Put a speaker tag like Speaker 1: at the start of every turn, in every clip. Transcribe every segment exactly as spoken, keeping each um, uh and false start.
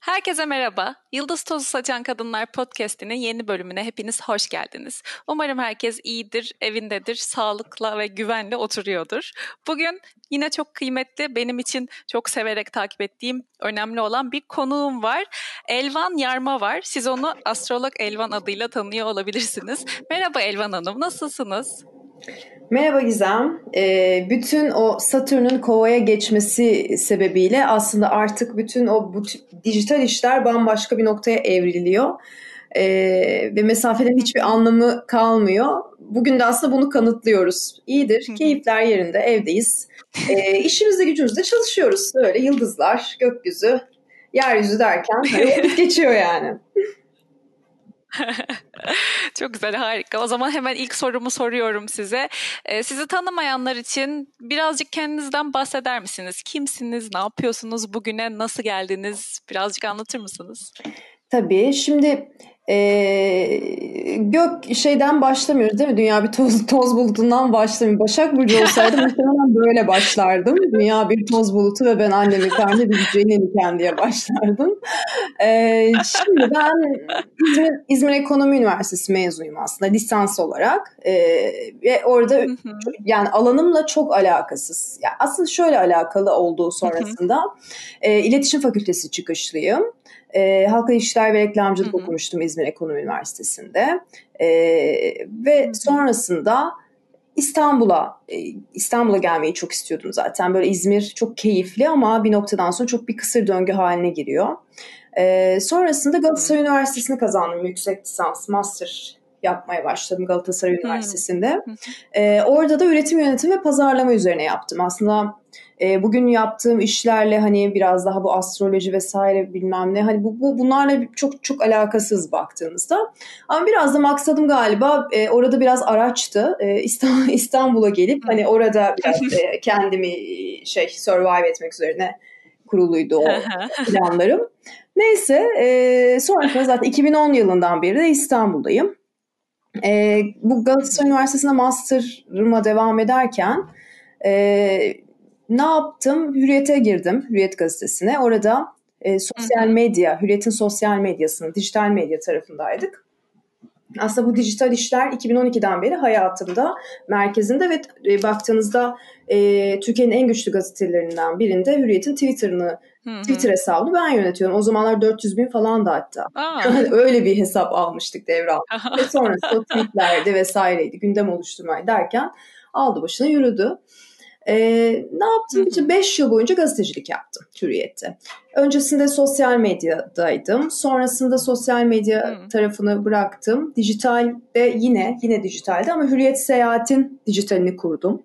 Speaker 1: Herkese merhaba. Yıldız Tozu Saçan Kadınlar Podcast'inin yeni bölümüne hepiniz hoş geldiniz. Umarım herkes iyidir, evindedir, sağlıkla ve güvenle oturuyordur. Bugün yine çok kıymetli, benim için çok severek takip ettiğim, önemli olan bir konuğum var. Elvan Yarma var. Siz onu Astrolog Elvan adıyla tanıyor olabilirsiniz. Merhaba Elvan Hanım, nasılsınız?
Speaker 2: Merhaba Gizem. Ee, bütün o Satürn'ün Kova'ya geçmesi sebebiyle aslında artık bütün o bu, dijital işler bambaşka bir noktaya evriliyor. Ee, ve mesafelerin hiçbir anlamı kalmıyor. Bugün de aslında bunu kanıtlıyoruz. İyidir, keyifler yerinde, evdeyiz. Ee, işimizde gücümüzde çalışıyoruz. Böyle yıldızlar, gökyüzü, yeryüzü derken hani geçiyor yani.
Speaker 1: Çok güzel, harika. O zaman hemen ilk sorumu soruyorum size. Ee, sizi tanımayanlar için birazcık kendinizden bahseder misiniz? Kimsiniz, ne yapıyorsunuz, bugüne nasıl geldiniz? Birazcık anlatır mısınız?
Speaker 2: Tabii. Şimdi e, gök şeyden başlamıyoruz değil mi? Dünya bir toz, toz bulutundan başlamıyor. Başak Burcu olsaydım muhtemelen böyle başlardım. Dünya bir toz bulutu ve ben annemi karnı bir cennetim diye başlardım. E, şimdi ben İzmir, İzmir Ekonomi Üniversitesi mezunuyum aslında lisans olarak. E, ve orada yani alanımla çok alakasız. Yani aslında şöyle alakalı olduğu sonrasında e, İletişim Fakültesi çıkışlıyım. E, Halkla İlişkiler ve Reklamcılık hı hı. okumuştum İzmir Ekonomi Üniversitesi'nde. E, ve hı hı. sonrasında İstanbul'a e, İstanbul'a gelmeyi çok istiyordum zaten. Böyle İzmir çok keyifli ama bir noktadan sonra çok bir kısır döngü haline giriyor. E, sonrasında Galatasaray hı. Üniversitesi'ni kazandım. Yüksek lisans, master yapmaya başladım Galatasaray hı. Üniversitesi'nde. Hı hı. E, orada da üretim yönetimi ve pazarlama üzerine yaptım. Aslında E, bugün yaptığım işlerle hani biraz daha bu astroloji vesaire bilmem ne hani bu, bu bunlarla çok çok alakasız baktığınızda. Ama biraz da maksadım galiba e, orada biraz araçtı. E, İstanbul, İstanbul'a gelip hani orada biraz e, kendimi şey survive etmek üzerine kuruluydu o planlarım. Neyse e, sonrasında zaten iki bin on yılından beri de İstanbul'dayım. E, bu Galatasaray Üniversitesi'nde master'ıma devam ederken e, ne yaptım? Hürriyet'e girdim. Hürriyet gazetesine. Orada e, sosyal medya, Hürriyet'in sosyal medyasının, dijital medya tarafındaydık. Aslında bu dijital işler iki bin on ikiden beri hayatımda merkezinde ve e, baktığınızda e, Türkiye'nin en güçlü gazetelerinden birinde Hürriyet'in Twitter'ını, Hı-hı. Twitter hesabını ben yönetiyorum. O zamanlar dört yüz bin falan da hatta. Öyle bir hesap almıştık devre. Ve sonrasında o tweetlerdi vesaireydi. Gündem oluşturmayı derken aldı başına yürüdü. Ee, ne yaptım? İşte beş yıl boyunca gazetecilik yaptım Hürriyet'te. Öncesinde sosyal medyadaydım. Sonrasında sosyal medya Hı. tarafını bıraktım. Dijitalde yine yine dijitalde ama Hürriyet Seyahat'in dijitalini kurdum.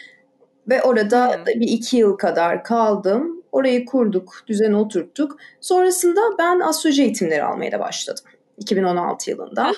Speaker 2: Ve orada Hı. bir iki yıl kadar kaldım. Orayı kurduk, düzeni oturttuk. Sonrasında ben astroloji eğitimleri almaya da başladım. iki bin on altı yılında.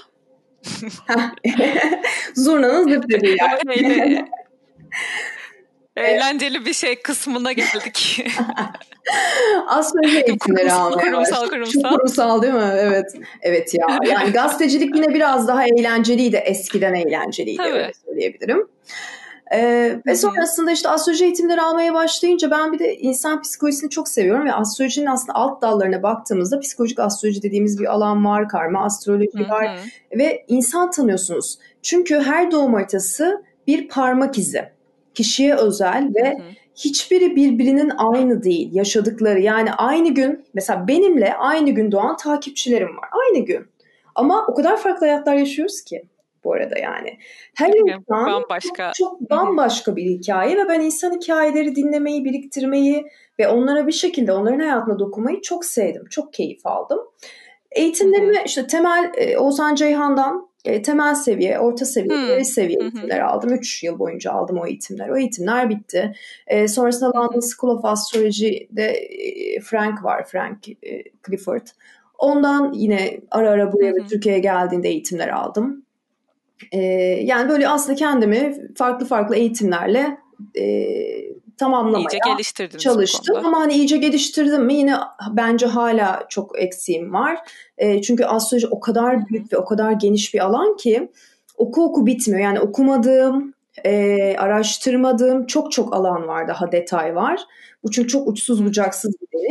Speaker 2: Zurnanın zıpladığı yani.
Speaker 1: Eğlenceli bir şey kısmına geldik.
Speaker 2: Astroloji eğitimleri almaya
Speaker 1: kurumsal, kurumsal.
Speaker 2: Çok kurumsal değil mi? Evet. Evet ya. Yani gazetecilik yine biraz daha eğlenceliydi. Eskiden eğlenceliydi. Tabii. Öyle söyleyebilirim. Ee, ve sonrasında işte astroloji eğitimleri almaya başlayınca ben bir de insan psikolojisini çok seviyorum ve astrolojinin aslında alt dallarına baktığımızda psikolojik astroloji dediğimiz bir alan var, karma astroloji Hı-hı. var ve insan tanıyorsunuz. Çünkü her doğum haritası bir parmak izi. Kişiye özel ve hı hı. hiçbiri birbirinin aynı değil yaşadıkları. Yani aynı gün mesela benimle aynı gün doğan takipçilerim var. Aynı gün. Ama o kadar farklı hayatlar yaşıyoruz ki bu arada yani. Her insan
Speaker 1: bambaşka.
Speaker 2: Çok, çok bambaşka bir hikaye ve ben insan hikayeleri dinlemeyi, biriktirmeyi ve onlara bir şekilde onların hayatına dokunmayı çok sevdim. Çok keyif aldım. Eğitimlerimi hı hı. işte temel e, Oğuzhan Ceyhan'dan E, temel seviye, orta seviye, ileri hmm. seviye eğitimler hmm. aldım. üç yıl boyunca aldım o eğitimler. O eğitimler bitti. E, sonrasında hmm. London School of Astrology'de e, Frank var, Frank e, Clifford. Ondan yine ara ara buraya hmm. Türkiye'ye geldiğinde eğitimler aldım. E, yani böyle aslında kendimi farklı farklı eğitimlerle e, tamamlamaya çalıştım. Ama hani iyice geliştirdim mi yine bence hala çok eksiğim var. E, çünkü astroloji o kadar büyük Hı-hı. ve o kadar geniş bir alan ki oku oku bitmiyor. Yani okumadığım, e, araştırmadığım çok çok alan var, daha detay var. Bu çünkü çok uçsuz bucaksız bir deniz.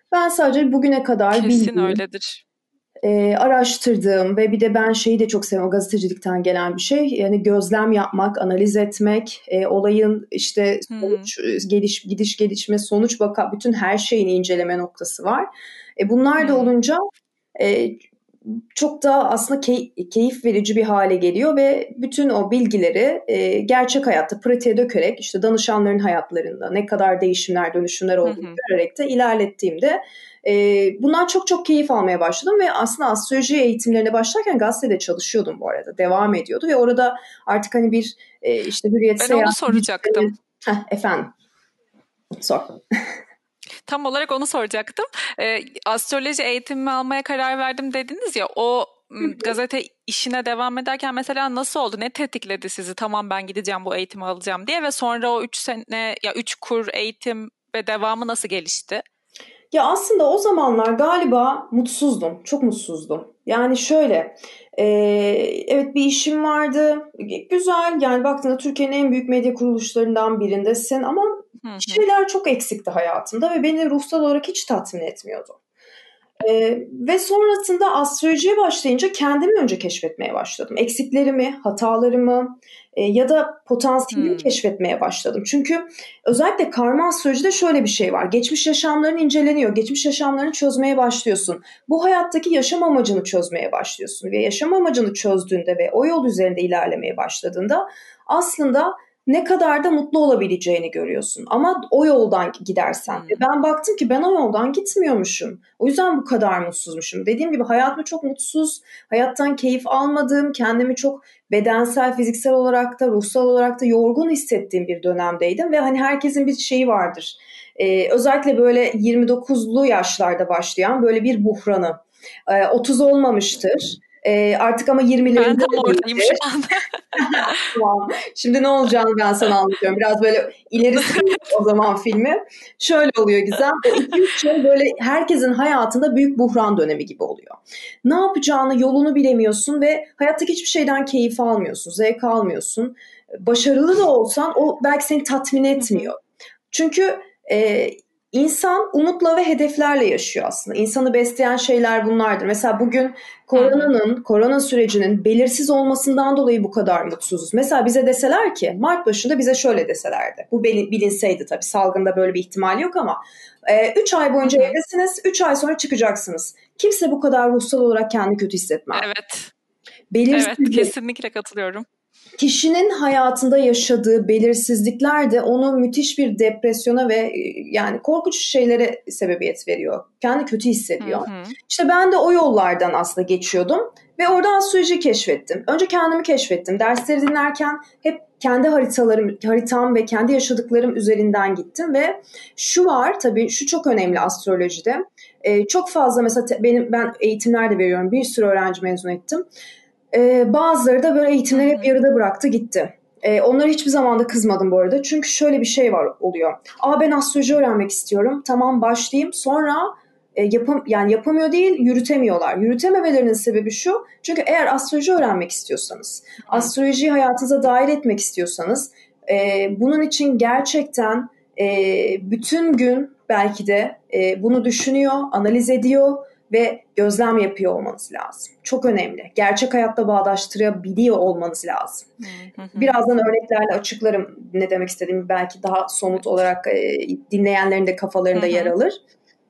Speaker 2: Ben sadece bugüne kadar
Speaker 1: Kesin
Speaker 2: bildiğim,
Speaker 1: öyledir.
Speaker 2: e, araştırdığım ve bir de ben şeyi de çok seviyorum, o gazetecilikten gelen bir şey. Yani gözlem yapmak, analiz etmek, e, olayın işte
Speaker 1: Hı hı.
Speaker 2: sonuç, e, geliş, gidiş gelişme, sonuç baka bütün her şeyini inceleme noktası var. E,
Speaker 1: Hı
Speaker 2: bunlar da
Speaker 1: hı.
Speaker 2: olunca e, çok da aslında key- keyif verici bir hale geliyor ve bütün o bilgileri e, gerçek hayatta pratiğe dökerek işte danışanların hayatlarında ne kadar değişimler, dönüşümler
Speaker 1: Hı
Speaker 2: olduğunu
Speaker 1: hı.
Speaker 2: görerek de ilerlettiğimde e, bundan çok çok keyif almaya başladım ve aslında astroloji eğitimlerine başlarken gazetede çalışıyordum bu arada. Devam ediyordu ve orada artık hani bir e, işte Hürriyet
Speaker 1: Ben onu
Speaker 2: Seyahat
Speaker 1: soracaktım.
Speaker 2: Heh, efendim sor.
Speaker 1: Tam olarak onu soracaktım. Ee, astroloji eğitimi almaya karar verdim dediniz ya, o m, gazete işine devam ederken mesela nasıl oldu? Ne tetikledi sizi? Tamam, ben gideceğim, bu eğitimi alacağım diye, ve sonra o üç sene ya üç kur eğitim ve devamı nasıl gelişti?
Speaker 2: Ya aslında o zamanlar galiba mutsuzdum. Çok mutsuzdum. Yani şöyle, e, evet bir işim vardı. Güzel, yani baktığında Türkiye'nin en büyük medya kuruluşlarından birindesin ama
Speaker 1: Hı
Speaker 2: bir
Speaker 1: hı.
Speaker 2: şeyler çok eksikti hayatımda ve beni ruhsal olarak hiç tatmin etmiyordu. Ee, ve sonrasında astrolojiye başlayınca kendimi önce keşfetmeye başladım. Eksiklerimi, hatalarımı e, ya da potansiyelimi
Speaker 1: Hı
Speaker 2: keşfetmeye başladım. Çünkü özellikle karma astrolojide şöyle bir şey var. Geçmiş yaşamların inceleniyor. Geçmiş yaşamlarını çözmeye başlıyorsun. Bu hayattaki yaşam amacını çözmeye başlıyorsun. Ve yaşam amacını çözdüğünde ve o yol üzerinde ilerlemeye başladığında aslında ne kadar da mutlu olabileceğini görüyorsun. Ama o yoldan gidersen. Ve
Speaker 1: hı.
Speaker 2: ben baktım ki ben o yoldan gitmiyormuşum. O yüzden bu kadar mutsuzmuşum. Dediğim gibi hayatımda çok mutsuz, hayattan keyif almadığım, kendimi çok bedensel, fiziksel olarak da, ruhsal olarak da yorgun hissettiğim bir dönemdeydim. Ve hani herkesin bir şeyi vardır. Ee, özellikle böyle yirmi dokuzlu yaşlarda başlayan böyle bir buhranı. Ee, otuz olmamıştır. Ee, artık ama
Speaker 1: Ben
Speaker 2: yirmilerinde
Speaker 1: tam
Speaker 2: de
Speaker 1: oradayım şu
Speaker 2: değildir.
Speaker 1: anda.
Speaker 2: Tamam. Şimdi ne olacağını ben sana anlatıyorum. Biraz böyle ileri sarıyor o zaman filmi. Şöyle oluyor Gizem. O iki üç yıl böyle herkesin hayatında büyük buhran dönemi gibi oluyor. Ne yapacağını, yolunu bilemiyorsun ve hayattaki hiçbir şeyden keyif almıyorsun, zevk almıyorsun. Başarılı da olsan o belki seni tatmin
Speaker 1: Hı hı.
Speaker 2: etmiyor. Çünkü e, insan umutla ve hedeflerle yaşıyor aslında. İnsanı besleyen şeyler bunlardır. Mesela bugün
Speaker 1: Hı hı.
Speaker 2: koronanın, korona sürecinin belirsiz olmasından dolayı bu kadar mutsuzuz. Mesela bize deseler ki, Mart başında bize şöyle deselerdi. Bu bilinseydi tabii, salgında böyle bir ihtimal yok ama üç ay
Speaker 1: Hı
Speaker 2: boyunca
Speaker 1: hı.
Speaker 2: evdesiniz, üç ay sonra çıkacaksınız. Kimse bu kadar ruhsal olarak kendini kötü hissetmez.
Speaker 1: Evet. Evet,
Speaker 2: Belirsizlik,
Speaker 1: kesinlikle katılıyorum.
Speaker 2: kişinin hayatında yaşadığı belirsizlikler de onu müthiş bir depresyona ve e, yani korkunç şeylere sebebiyet veriyor. Kendi kötü
Speaker 1: Hı
Speaker 2: hissediyor.
Speaker 1: hı.
Speaker 2: İşte ben de o yollardan aslında geçiyordum ve orada astroloji keşfettim. Önce kendimi keşfettim. Dersleri dinlerken hep kendi haritalarım, haritam ve kendi yaşadıklarım üzerinden gittim ve şu var, tabii şu çok önemli astrolojide. Ee, çok fazla mesela benim ben eğitimler de veriyorum. Bir sürü öğrenci mezun ettim. Ee, bazıları da böyle
Speaker 1: Hı
Speaker 2: eğitimleri hep
Speaker 1: hı.
Speaker 2: yarıda bıraktı gitti. Ee, onlara hiçbir zaman da kızmadım bu arada. Çünkü şöyle bir şey var oluyor. Aa, ben astroloji öğrenmek istiyorum. Tamam, başlayayım. Sonra e, yapam yani yapamıyor değil, yürütemiyorlar. Yürütememelerinin sebebi şu. Çünkü eğer astroloji öğrenmek istiyorsanız,
Speaker 1: Hı.
Speaker 2: astrolojiyi hayatınıza dahil etmek istiyorsanız, e, bunun için gerçekten e, bütün gün belki de e, bunu düşünüyor, analiz ediyor ve gözlem yapıyor olmanız lazım. Çok önemli. Gerçek hayatta bağdaştırabiliyor olmanız lazım.
Speaker 1: Hı hı.
Speaker 2: Birazdan örneklerle açıklarım ne demek istediğimi, belki daha somut
Speaker 1: Evet.
Speaker 2: olarak e, dinleyenlerin de
Speaker 1: Hı
Speaker 2: kafalarında yer
Speaker 1: hı.
Speaker 2: alır.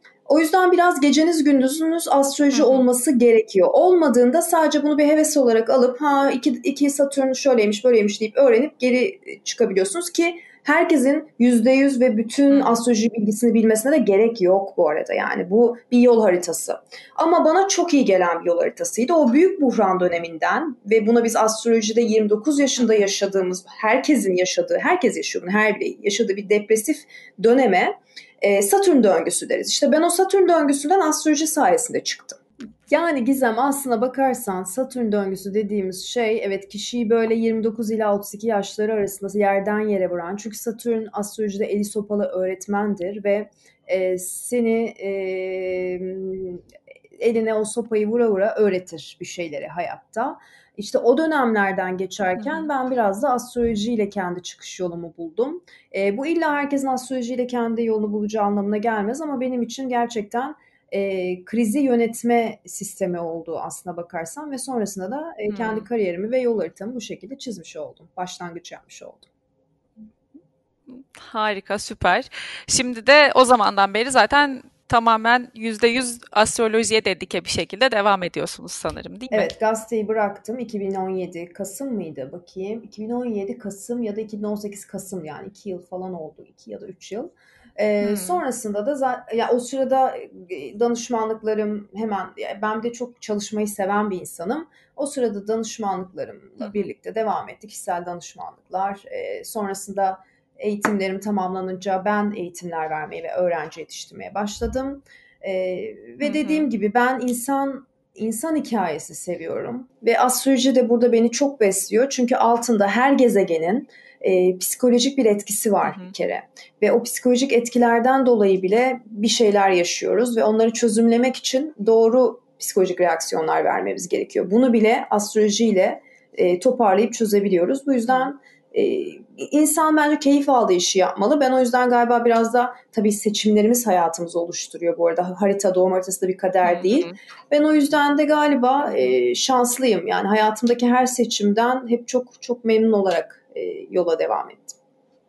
Speaker 2: O yüzden biraz geceniz gündüzünüz
Speaker 1: Hı
Speaker 2: astroloji
Speaker 1: hı.
Speaker 2: olması gerekiyor. Olmadığında sadece bunu bir heves olarak alıp ha iki, iki Satürn şöyleymiş böyleymiş deyip öğrenip geri çıkabiliyorsunuz ki herkesin yüzde yüz ve bütün
Speaker 1: Hı.
Speaker 2: astroloji bilgisini bilmesine de gerek yok bu arada. Yani bu bir yol haritası. Ama bana çok iyi gelen bir yol haritasıydı. O büyük buhran döneminden ve buna biz astrolojide yirmi dokuz
Speaker 1: Hı
Speaker 2: yaşında
Speaker 1: hı.
Speaker 2: yaşadığımız, herkesin yaşadığı, herkes yaşıyor bunu, her birey yaşadığı bir depresif döneme e, Satürn döngüsü deriz. İşte ben o Satürn döngüsünden astroloji sayesinde çıktım. Yani Gizem, aslına bakarsan Satürn döngüsü dediğimiz şey, evet, kişiyi böyle yirmi dokuz ila otuz iki yaşları arasında yerden yere vuran. Çünkü Satürn astrolojide eli sopalı öğretmendir ve e, seni e, eline o sopayı vura vura öğretir bir şeyleri hayatta. İşte o dönemlerden
Speaker 1: Hı hı.
Speaker 2: geçerken ben biraz da astrolojiyle kendi çıkış yolumu buldum. E, bu illa herkesin astrolojiyle kendi yolunu bulacağı anlamına gelmez ama benim için gerçekten e, krizi yönetme sistemi oldu aslına bakarsan ve sonrasında da e, kendi
Speaker 1: Hmm.
Speaker 2: kariyerimi ve yol haritamı bu şekilde çizmiş oldum. Başlangıç yapmış oldum.
Speaker 1: Harika, süper. Şimdi de o zamandan beri zaten tamamen yüzde yüz astrolojiye dedike bir şekilde devam ediyorsunuz sanırım, değil mi?
Speaker 2: Evet, gazeteyi bıraktım. iki bin on yedi Kasım mıydı? Bakayım. iki bin on yedi Kasım ya da iki bin on sekiz Kasım, yani iki yıl falan oldu. iki ya da üç yıl. Ee,
Speaker 1: Hmm.
Speaker 2: sonrasında da zaten, ya o sırada e, danışmanlıklarım hemen, ya ben de çok çalışmayı seven bir insanım. O sırada
Speaker 1: Hı
Speaker 2: danışmanlıklarımla
Speaker 1: hı.
Speaker 2: birlikte devam ettik. Kişisel danışmanlıklar. Ee, sonrasında eğitimlerim tamamlanınca ben eğitimler vermeye ve öğrenci yetiştirmeye başladım. Ee,
Speaker 1: Hı
Speaker 2: ve
Speaker 1: hı.
Speaker 2: dediğim gibi ben insan İnsan hikayesi seviyorum ve astroloji de burada beni çok besliyor. Çünkü altında her gezegenin e, psikolojik bir etkisi
Speaker 1: Hı
Speaker 2: var
Speaker 1: hı.
Speaker 2: bir kere. Ve o psikolojik etkilerden dolayı bile bir şeyler yaşıyoruz ve onları çözümlemek için doğru psikolojik reaksiyonlar vermemiz gerekiyor. Bunu bile astrolojiyle e, toparlayıp çözebiliyoruz. Bu
Speaker 1: Hı.
Speaker 2: yüzden e, insan bence keyif aldığı işi yapmalı. Ben o yüzden galiba biraz da, tabii seçimlerimiz hayatımızı oluşturuyor bu arada. Harita, doğum haritası da bir
Speaker 1: Hı
Speaker 2: kader değil.
Speaker 1: hı.
Speaker 2: Ben o yüzden de galiba
Speaker 1: Hı hı.
Speaker 2: e, şanslıyım. Yani hayatımdaki her seçimden hep çok çok memnun olarak e, yola devam ettim.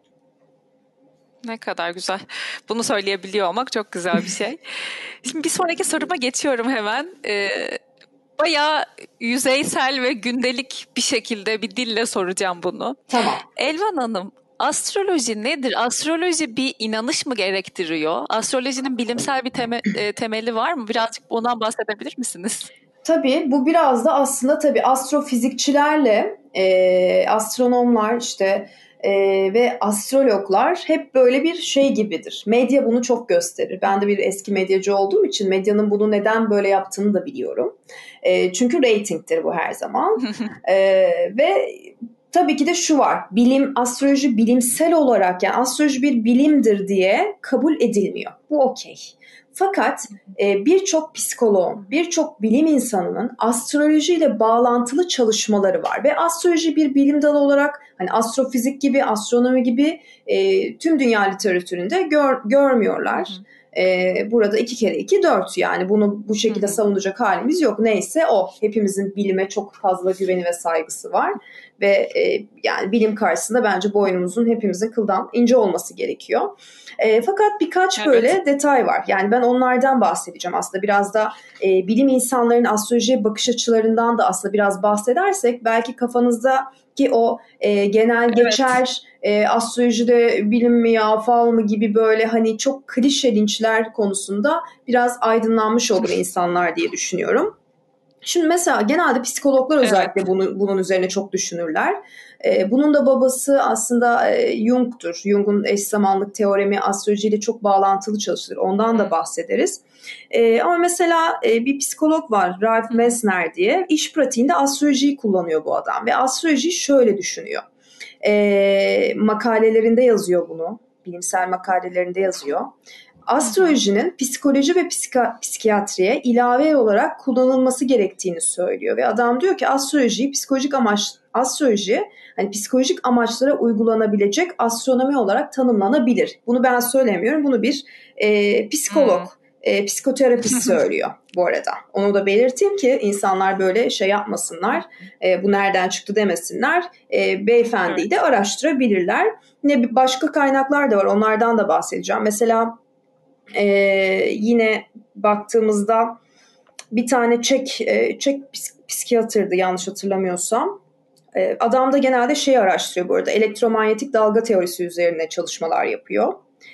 Speaker 1: Ne kadar güzel. Bunu söyleyebiliyor olmak çok güzel bir şey. Şimdi bir sonraki soruma geçiyorum hemen. Ee, bayağı yüzeysel ve gündelik bir şekilde bir dille soracağım bunu.
Speaker 2: Tamam.
Speaker 1: Elvan Hanım, astroloji nedir? Astroloji bir inanış mı gerektiriyor? Astrolojinin bilimsel bir teme- e, temeli var mı? Birazcık ondan bahsedebilir misiniz?
Speaker 2: Tabii bu biraz da aslında tabii astrofizikçilerle e, astronomlar işte e, ve astrologlar hep böyle bir şey gibidir. Medya bunu çok gösterir. Ben de bir eski medyacı olduğum için medyanın bunu neden böyle yaptığını da biliyorum. E, çünkü reytingtir bu her zaman. E, ve tabii ki de şu var. Bilim, astroloji bilimsel olarak, yani astroloji bir bilimdir diye kabul edilmiyor. Bu okey. Fakat e, birçok psikoloğun, birçok bilim insanının astrolojiyle bağlantılı çalışmaları var ve astroloji bir bilim dalı olarak, hani astrofizik gibi, astronomi gibi e, tüm dünya literatüründe gör, görmüyorlar. E, burada iki kere iki dört, yani bunu bu şekilde savunacak halimiz yok. Neyse o, hepimizin bilime çok fazla güveni ve saygısı var ve e, yani bilim karşısında bence boynumuzun hepimizin kıldan ince olması gerekiyor. E, fakat birkaç
Speaker 1: Evet.
Speaker 2: böyle detay var. Yani ben onlardan bahsedeceğim aslında. Biraz da e, bilim insanlarının astrolojiye bakış açılarından da aslında biraz bahsedersek belki kafanızdaki o e, genel
Speaker 1: Evet.
Speaker 2: geçer e, astrolojide bilim mi ya, fal mı gibi böyle hani çok klişe linçler konusunda biraz aydınlanmış olur insanlar diye düşünüyorum. Şimdi mesela genelde psikologlar
Speaker 1: Evet.
Speaker 2: özellikle bunu, bunun üzerine çok düşünürler. Ee, bunun da babası aslında e, Jung'tur. Jung'un eş zamanlık teoremi astrolojiyle çok bağlantılı çalışılır. Ondan da bahsederiz. Ee, ama mesela e, bir psikolog var, Ralph Messner diye. İş pratiğinde astrolojiyi kullanıyor bu adam ve astrolojiyi şöyle düşünüyor. Ee, makalelerinde yazıyor bunu. Bilimsel makalelerinde yazıyor. Astrolojinin psikoloji ve psika, psikiyatriye ilave olarak kullanılması gerektiğini söylüyor ve adam diyor ki astrolojiyi psikolojik amaç astroloji hani psikolojik amaçlara uygulanabilecek astronomi olarak tanımlanabilir. Bunu ben söylemiyorum. Bunu bir e, psikolog, e, psikoterapist söylüyor bu arada. Onu da belirteyim ki insanlar böyle şey yapmasınlar. E, bu nereden çıktı demesinler. E, beyefendiyi de araştırabilirler. Yine başka kaynaklar da var. Onlardan da bahsedeceğim. Mesela Ee, yine baktığımızda bir tane Çek, e, Çek psikiyatrdı yanlış hatırlamıyorsam. E, adam da genelde şeyi araştırıyor bu arada. Elektromanyetik dalga teorisi üzerine çalışmalar yapıyor.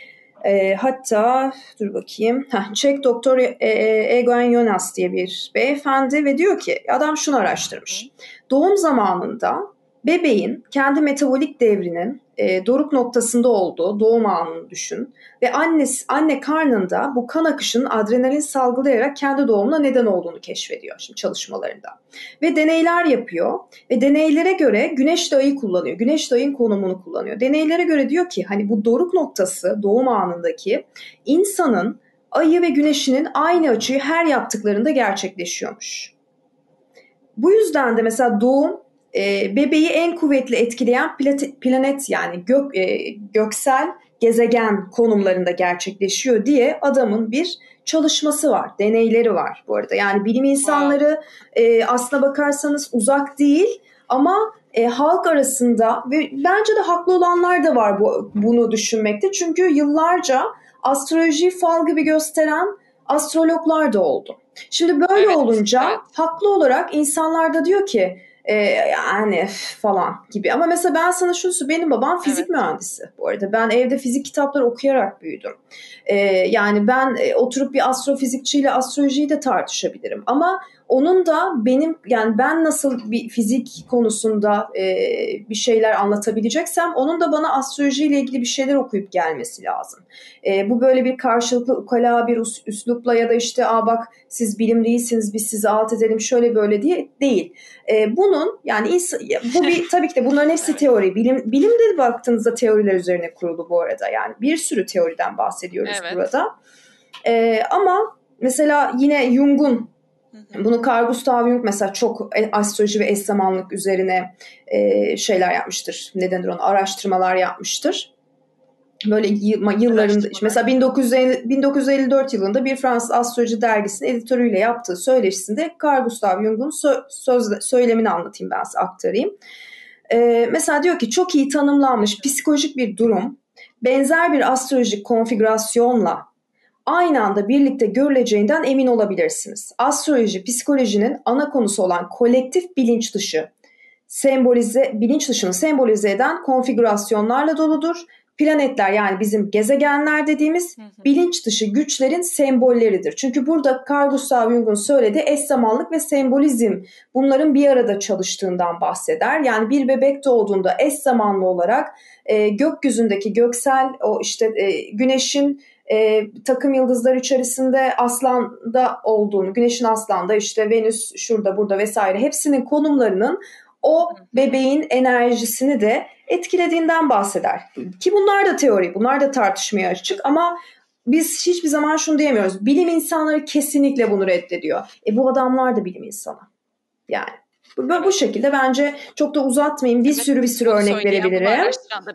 Speaker 2: E, hatta dur bakayım. Heh, Çek doktor e, e, Egon Jonas diye bir beyefendi ve diyor ki adam şunu araştırmış. Doğum zamanında bebeğin kendi metabolik devrinin e, doruk noktasında olduğu doğum anını düşün ve annesi, anne karnında bu kan akışının adrenalin salgılayarak kendi doğumuna neden olduğunu keşfediyor şimdi çalışmalarında. Ve deneyler yapıyor ve deneylere göre güneşle ayı kullanıyor. Güneşle ayın konumunu kullanıyor. Deneylere göre diyor ki hani bu doruk noktası doğum anındaki insanın ayı ve güneşinin aynı açıyı her yaptıklarında gerçekleşiyormuş. bu yüzden de mesela doğum e, bebeği en kuvvetli etkileyen planet, planet yani gök, e, göksel gezegen konumlarında gerçekleşiyor diye adamın bir çalışması var, deneyleri var bu arada. Yani bilim insanları e, aslına bakarsanız uzak değil ama e, halk arasında ve bence de haklı olanlar da var bu, bunu düşünmekte. Çünkü yıllarca astrolojiyi fal gibi gösteren astrologlar da oldu. Şimdi böyle
Speaker 1: Evet,
Speaker 2: olunca
Speaker 1: evet.
Speaker 2: haklı olarak insanlar da diyor ki e, yani falan gibi. Ama mesela ben sana şunu söyleyeyim. Benim babam fizik
Speaker 1: Evet.
Speaker 2: mühendisi bu arada. Ben evde fizik kitapları okuyarak büyüdüm. E, yani ben e, oturup bir astrofizikçiyle astrolojiyi de tartışabilirim. Ama onun da benim yani ben nasıl bir fizik konusunda e, bir şeyler anlatabileceksem onun da bana astrolojiyle ilgili bir şeyler okuyup gelmesi lazım. E, bu böyle bir karşılıklı ukala bir us- üslupla ya da işte aa bak siz bilim değilsiniz biz sizi alt edelim şöyle böyle diye değil. E, bunun yani ins- bu bir tabii ki de bunların hepsi
Speaker 1: Evet.
Speaker 2: teori. Bilim bilimde baktığınızda teoriler üzerine kurulu bu arada. Yani bir sürü teoriden bahsediyoruz
Speaker 1: Evet.
Speaker 2: burada. E, ama mesela yine Jung'un bunu Carl Gustav Jung mesela çok astroloji ve eş zamanlılık üzerine e, şeyler yapmıştır. Ne denir ona? Araştırmalar yapmıştır. Böyle yıllarında işte mesela bin dokuz yüz elli, bin dokuz yüz elli dört yılında bir Fransız astroloji dergisinin editörüyle yaptığı söyleşisinde Carl Gustav Jung'un sö- söz, söylemini anlatayım ben size aktarayım. Ee, mesela diyor ki çok iyi tanımlanmış psikolojik bir durum benzer bir astrolojik konfigürasyonla aynı anda birlikte görüleceğinden emin olabilirsiniz. Astroloji psikolojinin ana konusu olan kolektif bilinç dışı sembolize bilinç dışını sembolize eden konfigürasyonlarla doludur. Planetler yani bizim gezegenler dediğimiz hı hı. bilinç dışı güçlerin sembolleridir. Çünkü burada Carl Gustav Jung'un söylediği eş zamanlık ve sembolizm bunların bir arada çalıştığından bahseder. Yani bir bebek doğduğunda eş zamanlı olarak e, gökyüzündeki göksel o işte e, güneşin e, takım yıldızlar içerisinde Aslan'da olduğunu, güneşin Aslan'da işte Venüs şurada burada vesaire hepsinin konumlarının o bebeğin enerjisini de etkilediğinden bahseder. Ki bunlar da teori, bunlar da tartışmaya açık ama biz hiçbir zaman şunu diyemiyoruz. Bilim insanları kesinlikle bunu reddediyor. E bu adamlar da bilim insanı. Yani bu, bu şekilde bence çok da uzatmayayım. Bir evet, sürü bir sürü örnek verebilirim.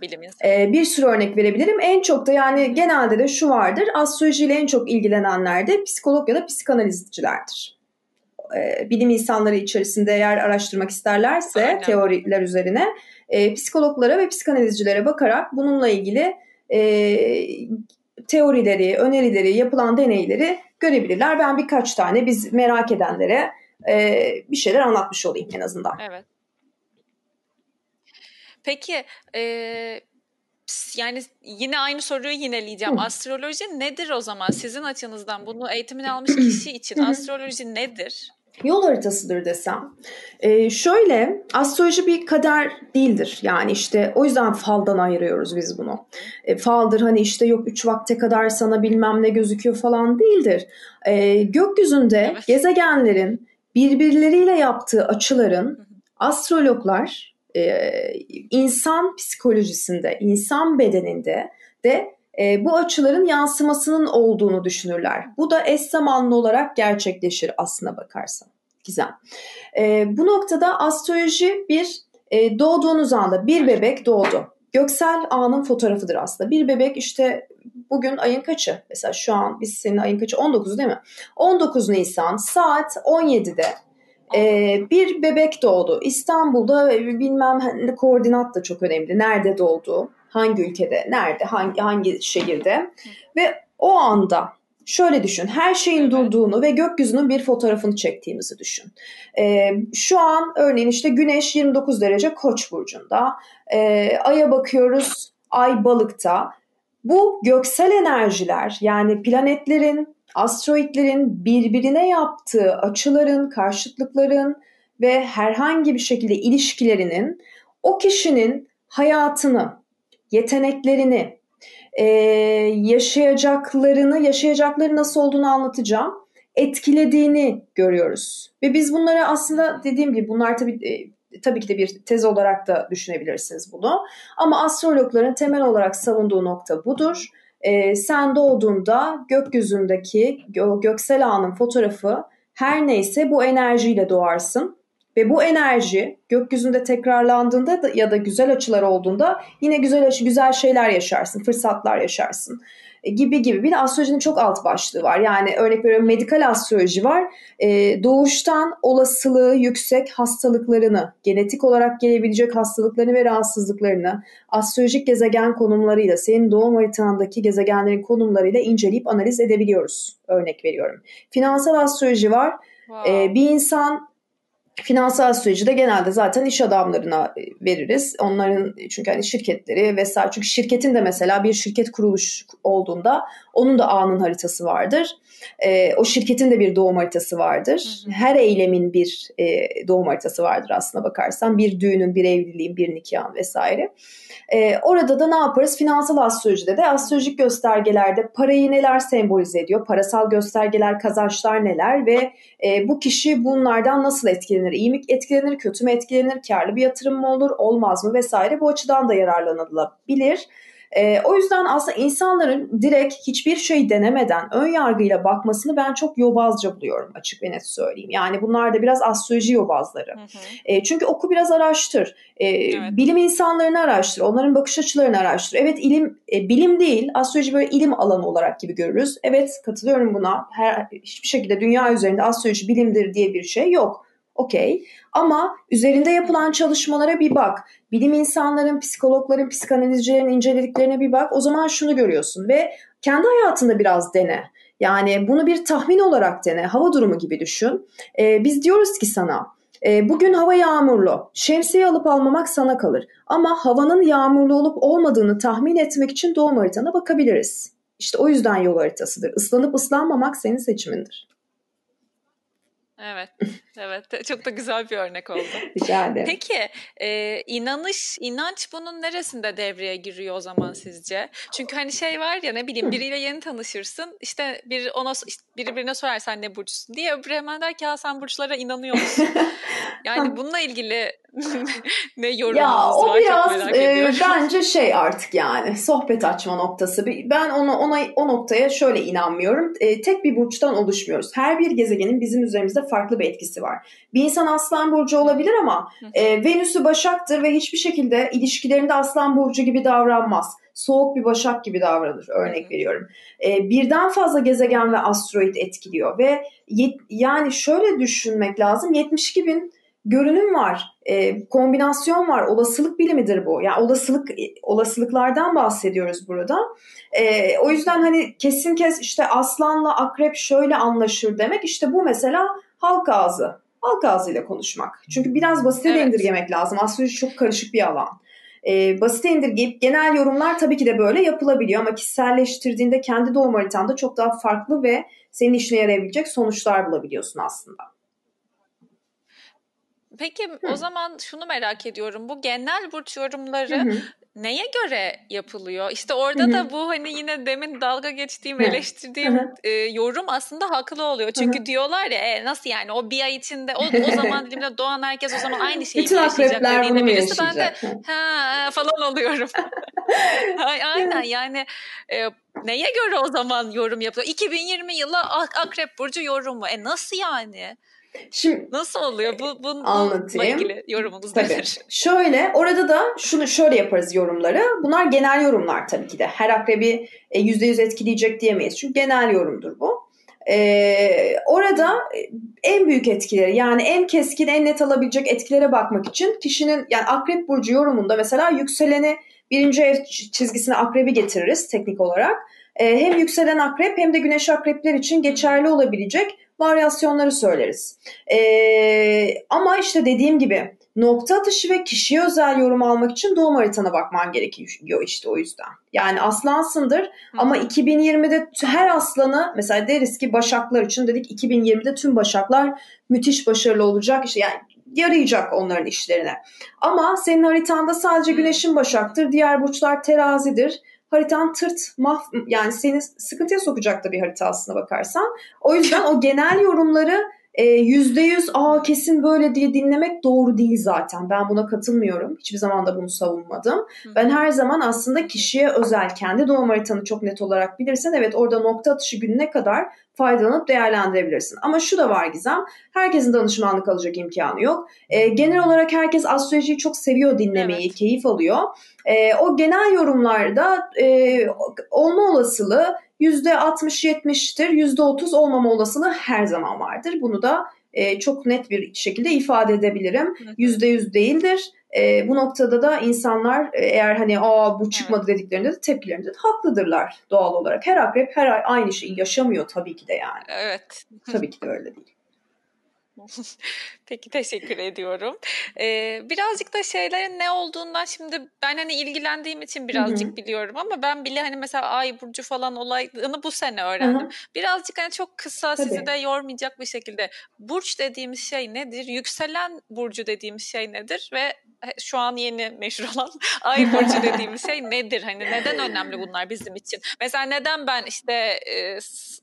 Speaker 2: Ee, bir sürü örnek verebilirim. En çok da yani Hı. genelde de şu vardır. Astrolojiyle en çok ilgilenenler de psikolog ya da psikanalizcilerdir. Bilim insanları içerisinde eğer araştırmak isterlerse Aynen. teoriler üzerine e, psikologlara ve psikanalizcilere bakarak bununla ilgili e, teorileri, önerileri, yapılan deneyleri görebilirler. Ben birkaç tane biz merak edenlere e, bir şeyler anlatmış olayım en azından.
Speaker 1: Evet. Peki e, yani yine aynı soruyu yineleyeceğim. Hı. Astroloji nedir o zaman? Sizin açınızdan bunu eğitimini almış kişi için astroloji nedir?
Speaker 2: Yol haritasıdır desem. Ee, şöyle astroloji bir kader değildir. Yani işte o yüzden faldan ayırıyoruz biz bunu. E, faldır hani işte yok üç vakte kadar sana bilmem ne gözüküyor falan değildir. E, gökyüzünde evet. gezegenlerin birbirleriyle yaptığı açıların astrologlar e, insan psikolojisinde, insan bedeninde de E, bu açıların yansımasının olduğunu düşünürler. Bu da eş zamanlı olarak gerçekleşir aslına bakarsan. Gizem. E, bu noktada astroloji bir e, doğduğunuz anda bir bebek doğdu. Göksel anın fotoğrafıdır aslında. Bir bebek işte bugün ayın kaçı? Mesela şu an biz senin ayın kaçı? on dokuz değil mi? on dokuz Nisan saat on yedide e, bir bebek doğdu. İstanbul'da bilmem koordinat da çok önemli. Nerede doğdu? Hangi ülkede, nerede, hangi hangi şehirde ve o anda şöyle düşün, her şeyin evet. durduğunu ve gökyüzünün bir fotoğrafını çektiğimizi düşün. Ee, şu an örneğin işte Güneş yirmi dokuz derece Koç burcunda, ee, Ay'a bakıyoruz, Ay Balıkta. Bu göksel enerjiler yani planetlerin, asteroidlerin birbirine yaptığı açıların, karşıtlıkların ve herhangi bir şekilde ilişkilerinin o kişinin hayatını, yeteneklerini, ee, yaşayacaklarını, yaşayacakları nasıl olduğunu anlatacağım, etkilediğini görüyoruz. Ve biz bunları aslında dediğim gibi bunlar tabii e, tabii ki de bir tez olarak da düşünebilirsiniz bunu. Ama astrologların temel olarak savunduğu nokta budur. Ee, sen doğduğunda gökyüzündeki gö- göksel ağının fotoğrafı her neyse bu enerjiyle doğarsın. Ve bu enerji gökyüzünde tekrarlandığında da, ya da güzel açılar olduğunda yine güzel güzel şeyler yaşarsın, fırsatlar yaşarsın gibi gibi. Bir de astrolojinin çok alt başlığı var. Yani örnek veriyorum, medikal astroloji var. Ee, doğuştan olasılığı yüksek hastalıklarını, genetik olarak gelebilecek hastalıklarını ve rahatsızlıklarını astrolojik gezegen konumlarıyla, senin doğum haritandaki gezegenlerin konumlarıyla inceleyip analiz edebiliyoruz. Örnek veriyorum. Finansal astroloji var.
Speaker 1: Wow.
Speaker 2: Ee, bir insan Finansal astrolojide genelde zaten iş adamlarına veririz. Onların çünkü hani şirketleri vesaire. Çünkü şirketin de mesela bir şirket kuruluş olduğunda onun da anın haritası vardır. E, o şirketin de bir doğum haritası vardır. Hı hı. Her eylemin bir e, doğum haritası vardır aslına bakarsan. Bir düğünün, bir evliliğin, bir nikahın vesaire. E, orada da ne yaparız? Finansal astrolojide de astrolojik göstergelerde parayı neler sembolize ediyor? Parasal göstergeler, kazançlar neler ve e, bu kişi bunlardan nasıl etkilenir? İyi mi etkilenir, kötü mü etkilenir? Kârlı bir yatırım mı olur, olmaz mı vesaire? Bu açıdan da yararlanılabilir. Ee, o yüzden aslında insanların direkt hiçbir şey denemeden ön yargıyla bakmasını ben çok yobazca buluyorum, açık ve net söyleyeyim. Yani bunlar da biraz astroloji yobazları. Hı hı. E, çünkü oku, biraz araştır. E, evet. Bilim insanlarını araştır. Onların bakış açılarını araştır. Evet, ilim e, bilim değil. Astroloji böyle ilim alanı olarak gibi görürüz. Evet, katılıyorum buna. Her, hiçbir şekilde dünya üzerinde astroloji bilimdir diye bir şey yok. Okey. Ama üzerinde yapılan çalışmalara bir bak. Bilim insanların, psikologların, psikanalizcilerin incelediklerine bir bak. O zaman şunu görüyorsun ve kendi hayatında biraz dene. Yani bunu bir tahmin olarak dene. Hava durumu gibi düşün. Ee, biz diyoruz ki sana, e, bugün hava yağmurlu. Şemsiye alıp almamak sana kalır. Ama havanın yağmurlu olup olmadığını tahmin etmek için doğum haritana bakabiliriz. İşte o yüzden yol haritasıdır. Islanıp ıslanmamak senin seçimindir.
Speaker 1: Evet, evet. Çok da güzel bir örnek oldu.
Speaker 2: Rica ederim.
Speaker 1: Peki, e, inanış, inanç bunun neresinde devreye giriyor o zaman sizce? Çünkü hani şey var ya, ne bileyim, biriyle yeni tanışırsın, işte biri ona işte biri birine sorar sen ne burcusun diye, öbürü hemen der ki ya sen burçlara inanıyor musun? Yani bununla ilgili ne yorumunuz
Speaker 2: ya, o
Speaker 1: var?
Speaker 2: biraz,
Speaker 1: çok merak ediyorum.
Speaker 2: E, bence şey artık yani sohbet açma noktası. Ben onu ona o noktaya şöyle inanmıyorum. E, tek bir burçtan oluşmuyoruz. Her bir gezegenin bizim üzerimizde farklı bir etkisi var. Bir insan Aslan burcu olabilir ama e, Venüs'ü Başak'tır ve hiçbir şekilde ilişkilerinde Aslan burcu gibi davranmaz. Soğuk bir Başak gibi davranır, örnek veriyorum. E, birden fazla gezegen ve asteroid etkiliyor ve yet, yani şöyle düşünmek lazım. yetmiş iki bin görünüm var, e, kombinasyon var, olasılık bilimidir bu. Yani olasılık olasılıklardan bahsediyoruz burada. E, o yüzden hani kesin kes işte Aslan'la Akrep şöyle anlaşır demek, işte bu mesela halk ağzı. Halk ağzıyla konuşmak. Çünkü biraz basite evet. de indirgemek lazım. Astroloji çok karışık bir alan. E, basite indirgeyip genel yorumlar tabii ki de böyle yapılabiliyor ama kişiselleştirdiğinde kendi doğum haritanda çok daha farklı ve senin işine yarayabilecek sonuçlar bulabiliyorsun aslında.
Speaker 1: Peki Hı. o zaman şunu merak ediyorum. Bu genel burç yorumları Hı-hı. neye göre yapılıyor? İşte orada Hı-hı. da bu hani yine demin dalga geçtiğim, Hı-hı. eleştirdiğim e, yorum aslında haklı oluyor. Çünkü Hı-hı. diyorlar ya e, nasıl yani o bir ay içinde o, o zaman dilimde doğan herkes o zaman aynı şeyi
Speaker 2: Bütün
Speaker 1: yaşayacak dediğinde birisi
Speaker 2: yaşayacak.
Speaker 1: ben de ha falan oluyorum. Aynen yani e, neye göre o zaman yorum yapıyor? iki bin yirmi yılı Akrep burcu yorumu. E nasıl yani? Şimdi nasıl oluyor? Bu bununla ilgili yorumunuz
Speaker 2: tabii.
Speaker 1: nedir?
Speaker 2: Şöyle, orada da şunu şöyle yaparız yorumları. Bunlar genel yorumlar tabii ki de. Her akrebi yüzde yüz etkileyecek diyemeyiz. Çünkü genel yorumdur bu. Ee, orada en büyük etkileri, yani en keskin, en net alabilecek etkilere bakmak için kişinin, yani Akrep burcu yorumunda mesela yükseleni birinci ev çizgisine akrebi getiririz teknik olarak. Ee, hem yükselen akrep hem de güneş akrepler için geçerli olabilecek varyasyonları söyleriz. Ee, ama işte dediğim gibi nokta atışı ve kişiye özel yorum almak için doğum haritana bakman gerekiyor işte o yüzden. Yani aslansındır Hı. ama iki bin yirmide her aslanı mesela deriz ki Başaklar için dedik iki bin yirmide tüm Başaklar müthiş başarılı olacak, işte yani yarayacak onların işlerine. Ama senin haritanda sadece Güneş'in Başak'tır, diğer burçlar Terazi'dir. Haritan tırt, maf, yani seni sıkıntıya sokacak da bir harita aslına bakarsan. O yüzden o genel yorumları yüzde yüz aa kesin böyle diye dinlemek doğru değil zaten. Ben buna katılmıyorum. Hiçbir zaman da bunu savunmadım. Hı. Ben her zaman aslında kişiye özel, kendi doğum haritanı çok net olarak bilirsen evet orada nokta atışı gününe kadar faydalanıp değerlendirebilirsin. Ama şu da var Gizem, herkesin danışmanlık alacak imkanı yok. E, genel olarak herkes astrolojiyi çok seviyor dinlemeyi, evet. keyif alıyor. E, o genel yorumlarda e, olma olasılığı yüzde altmış yetmiştir, yüzde otuz olmama olasılığı her zaman vardır. Bunu da e, çok net bir şekilde ifade edebilirim. yüzde yüz değildir. E, bu noktada da insanlar eğer hani aa bu çıkmadı evet. dediklerinde de tepkilerinde de haklıdırlar doğal olarak. Her akrep her ay aynı şeyi yaşamıyor tabii ki de yani.
Speaker 1: Evet.
Speaker 2: Tabii ki de öyle değil.
Speaker 1: Peki, teşekkür ediyorum. Ee, birazcık da şeylerin ne olduğundan şimdi ben hani ilgilendiğim için birazcık Hı-hı. biliyorum ama ben bile hani mesela Ay burcu falan olayını bu sene öğrendim. Hı-hı. Birazcık hani çok kısa Tabii. sizi de yormayacak bir şekilde burç dediğimiz şey nedir? Yükselen burcu dediğimiz şey nedir? Ve şu an yeni meşhur olan Ay burcu dediğimiz şey nedir? Hani neden önemli bunlar bizim için? Mesela neden ben işte e,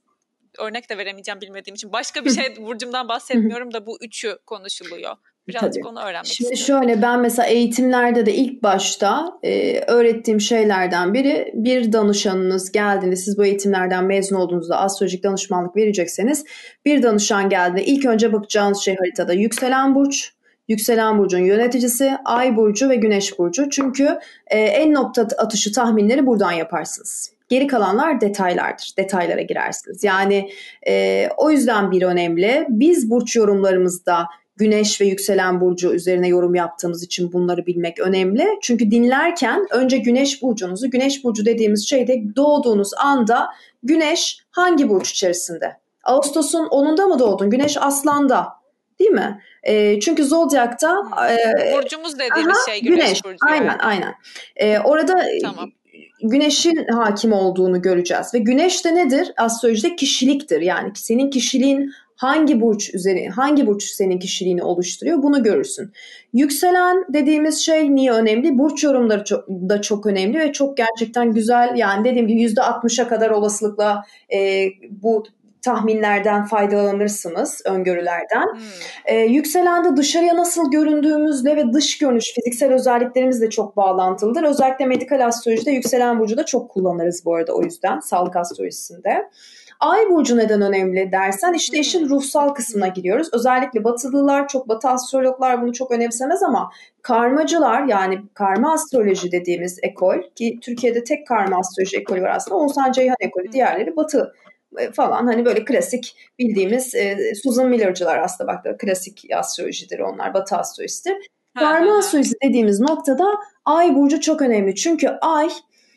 Speaker 1: örnek de veremeyeceğim bilmediğim için. Başka bir şey burcumdan bahsetmiyorum da bu üçü konuşuluyor. Birazcık Tabii. onu öğrenmek
Speaker 2: Şimdi
Speaker 1: istiyorum.
Speaker 2: Şimdi şöyle ben mesela eğitimlerde de ilk başta e, öğrettiğim şeylerden biri bir danışanınız geldiğinde siz bu eğitimlerden mezun olduğunuzda astrolojik danışmanlık verecekseniz bir danışan geldiğinde ilk önce bakacağınız şey haritada yükselen burç, yükselen burcun yöneticisi, ay burcu ve güneş burcu. Çünkü e, en nokta atışı tahminleri buradan yaparsınız. Geri kalanlar detaylardır. Detaylara girersiniz. Yani e, o yüzden bir önemli. Biz burç yorumlarımızda güneş ve yükselen burcu üzerine yorum yaptığımız için bunları bilmek önemli. Çünkü dinlerken önce güneş burcunuzu, güneş burcu dediğimiz şeyde doğduğunuz anda güneş hangi burç içerisinde? Ağustos'un onunda mı doğdun? Güneş Aslan'da. Değil mi? E, çünkü Zodyak'ta...
Speaker 1: E, Burcumuz dediğimiz aha, şey güneş, güneş burcu.
Speaker 2: Aynen, yani. aynen. E, orada... Tamam. Güneşin hakim olduğunu göreceğiz. Ve güneş de nedir? Astrolojide kişiliktir. Yani senin kişiliğin hangi burç üzeri, hangi burç senin kişiliğini oluşturuyor bunu görürsün. Yükselen dediğimiz şey niye önemli? Burç yorumları çok, da çok önemli ve çok gerçekten güzel. Yani dediğim gibi yüzde altmışa kadar olasılıkla e, bu tahminlerden faydalanırsınız, öngörülerden. Hmm. Ee, yükselende dışarıya nasıl göründüğümüzle ve dış görünüş, fiziksel özelliklerimizle çok bağlantılıdır. Özellikle medikal astrolojide yükselen burcu da çok kullanırız bu arada o yüzden, sağlık astrolojisinde. Ay burcu neden önemli dersen işte işin ruhsal kısmına giriyoruz. Özellikle batılılar, çok batı astrologlar bunu çok önemsemez ama karmacılar yani karma astroloji dediğimiz ekol ki Türkiye'de tek karma astroloji ekolü var aslında. Oğuzhan Ceyhan ekolü, diğerleri batı falan hani böyle klasik bildiğimiz e, Susan Miller'cılar aslında bak klasik astrolojidir onlar, batı astrolojisidir. Karma astrolojisi dediğimiz noktada ay burcu çok önemli çünkü ay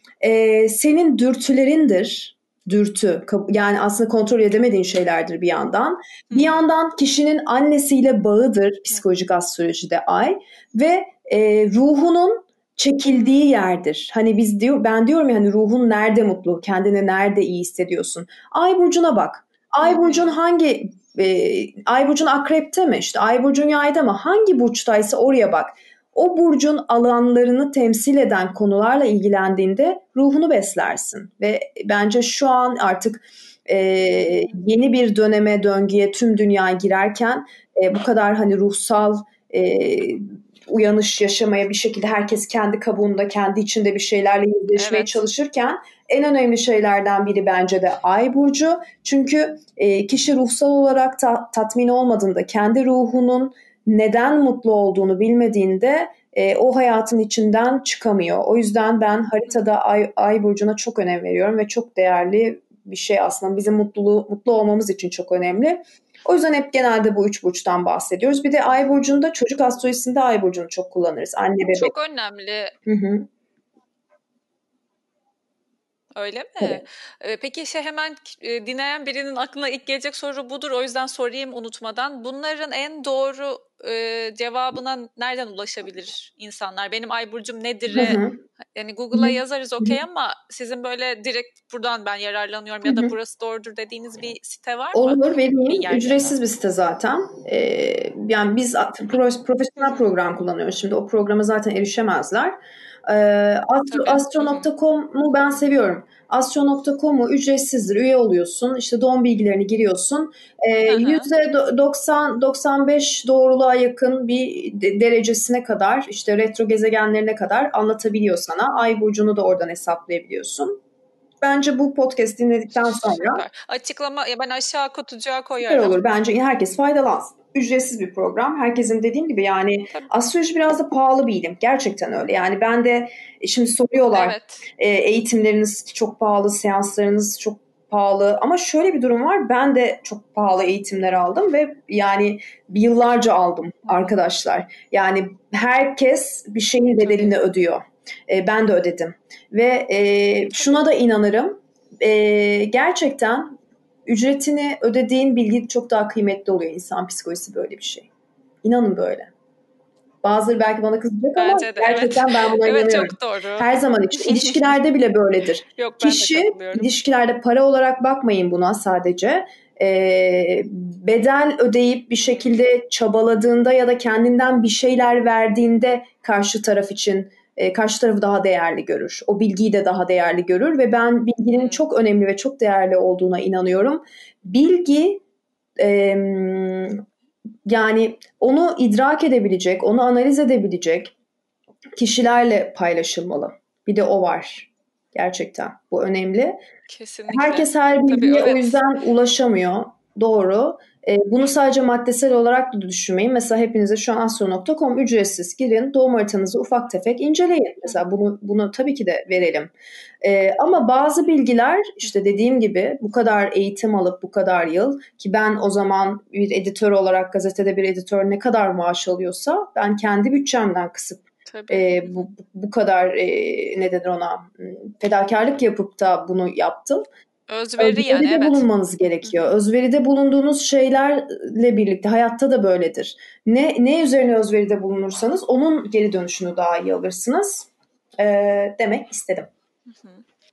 Speaker 2: e, senin dürtülerindir. Dürtü yani aslında kontrol edemediğin şeylerdir bir yandan. Bir yandan kişinin annesiyle bağıdır psikolojik astrolojide ay ve e, ruhunun çekildiği yerdir. Hani biz diyor, ben diyorum ya hani ruhun nerede mutlu, kendini nerede iyi hissediyorsun. Ay burcuna bak. Ay burcun hangi e, Ay burcun akrepte mi? İşte Ay burcun yayda mı? Hangi burçtaysa oraya bak. O burcun alanlarını temsil eden konularla ilgilendiğinde ruhunu beslersin. Ve bence şu an artık e, yeni bir döneme, döngüye tüm dünya girerken e, bu kadar hani ruhsal e, uyanış yaşamaya bir şekilde herkes kendi kabuğunda, kendi içinde bir şeylerle yüzleşmeye evet. çalışırken en önemli şeylerden biri bence de Ay burcu. Çünkü e, kişi ruhsal olarak ta, tatmin olmadığında, kendi ruhunun neden mutlu olduğunu bilmediğinde e, o hayatın içinden çıkamıyor. O yüzden ben haritada Ay, Ay burcuna çok önem veriyorum ve çok değerli bir şey aslında. Bizim mutluluğu, mutlu olmamız için çok önemli. O yüzden hep genelde bu üç burçtan bahsediyoruz. Bir de Ay burcunda çocuk astrolojisinde Ay burcunu çok kullanırız. Anne bebek.
Speaker 1: Çok önemli.
Speaker 2: Hı hı.
Speaker 1: Öyle mi? Evet. Peki şey hemen e, dinleyen birinin aklına ilk gelecek soru budur. O yüzden sorayım unutmadan. Bunların en doğru e, cevabına nereden ulaşabilir insanlar? Benim ay burcum nedir? Yani Google'a yazarız okey ama sizin böyle direkt buradan ben yararlanıyorum ya da burası doğrudur dediğiniz bir site var mı?
Speaker 2: Olur vereyim. Ücretsiz bir site zaten. Ee, yani biz profesyonel program kullanıyoruz. Şimdi o programa zaten erişemezler. Astro, astro nokta com'u ben seviyorum. astro nokta com'u ücretsizdir. Üye oluyorsun. İşte doğum bilgilerini giriyorsun. Ee, yüzde doksan doksan beş doğruluğa yakın bir derecesine kadar işte retro gezegenlerine kadar anlatabiliyor sana. Ay burcunu da oradan hesaplayabiliyorsun. Bence bu podcast dinledikten sonra
Speaker 1: Süper. Açıklama ya ben aşağı kutucuğa
Speaker 2: süper
Speaker 1: koyarım.
Speaker 2: olur. Bence herkes faydalansın. Ücretsiz bir program. Herkesin dediğim gibi yani
Speaker 1: Tabii.
Speaker 2: astroloji biraz da pahalı bir ilim. Gerçekten öyle. Yani ben de şimdi soruyorlar
Speaker 1: Evet.
Speaker 2: e, eğitimleriniz çok pahalı, seanslarınız çok pahalı. Ama şöyle bir durum var. Ben de çok pahalı eğitimler aldım ve yani yıllarca aldım arkadaşlar. Yani herkes bir şeyin bedelini
Speaker 1: Tabii.
Speaker 2: ödüyor. E, ben de ödedim. Ve e, şuna da inanırım. E, gerçekten ücretini ödediğin bilgi çok daha kıymetli oluyor. İnsan psikolojisi böyle bir şey. İnanın böyle. Bazıları belki bana kızacak ama
Speaker 1: Bence de
Speaker 2: gerçekten
Speaker 1: evet.
Speaker 2: ben buna
Speaker 1: Evet
Speaker 2: inanıyorum.
Speaker 1: çok doğru.
Speaker 2: Her zaman için. İlişkilerde bile böyledir.
Speaker 1: Yok ben de
Speaker 2: Kişi
Speaker 1: katılıyorum.
Speaker 2: ilişkilerde para olarak bakmayın buna sadece. Ee, bedel ödeyip bir şekilde çabaladığında ya da kendinden bir şeyler verdiğinde karşı taraf için e, karşı tarafı daha değerli görür. O bilgiyi de daha değerli görür ve ben bilginin
Speaker 1: Hmm.
Speaker 2: çok önemli ve çok değerli olduğuna inanıyorum. Bilgi e, yani onu idrak edebilecek, onu analiz edebilecek kişilerle paylaşılmalı. Bir de o var. Gerçekten bu önemli.
Speaker 1: Kesinlikle.
Speaker 2: Herkes her bilgiye
Speaker 1: Tabii, evet.
Speaker 2: o yüzden ulaşamıyor. Doğru. E, bunu sadece maddesel olarak da düşünmeyin. Mesela hepinize şu an astro nokta com ücretsiz girin. Doğum haritanızı ufak tefek inceleyin. Mesela bunu bunu tabii ki de verelim. E, ama bazı bilgiler işte dediğim gibi bu kadar eğitim alıp bu kadar yıl ki ben o zaman bir editör olarak gazetede bir editör ne kadar maaş alıyorsa ben kendi bütçemden kısıp e, bu, bu kadar e, ne denir ona fedakarlık yapıp da bunu yaptım.
Speaker 1: Özveri
Speaker 2: Özveride
Speaker 1: yani evet.
Speaker 2: bulunmanız gerekiyor. Hı-hı. Özveride bulunduğunuz şeylerle birlikte hayatta da böyledir. Ne ne üzerine özveride bulunursanız onun geri dönüşünü daha iyi alırsınız. E, demek istedim.
Speaker 1: Hı-hı.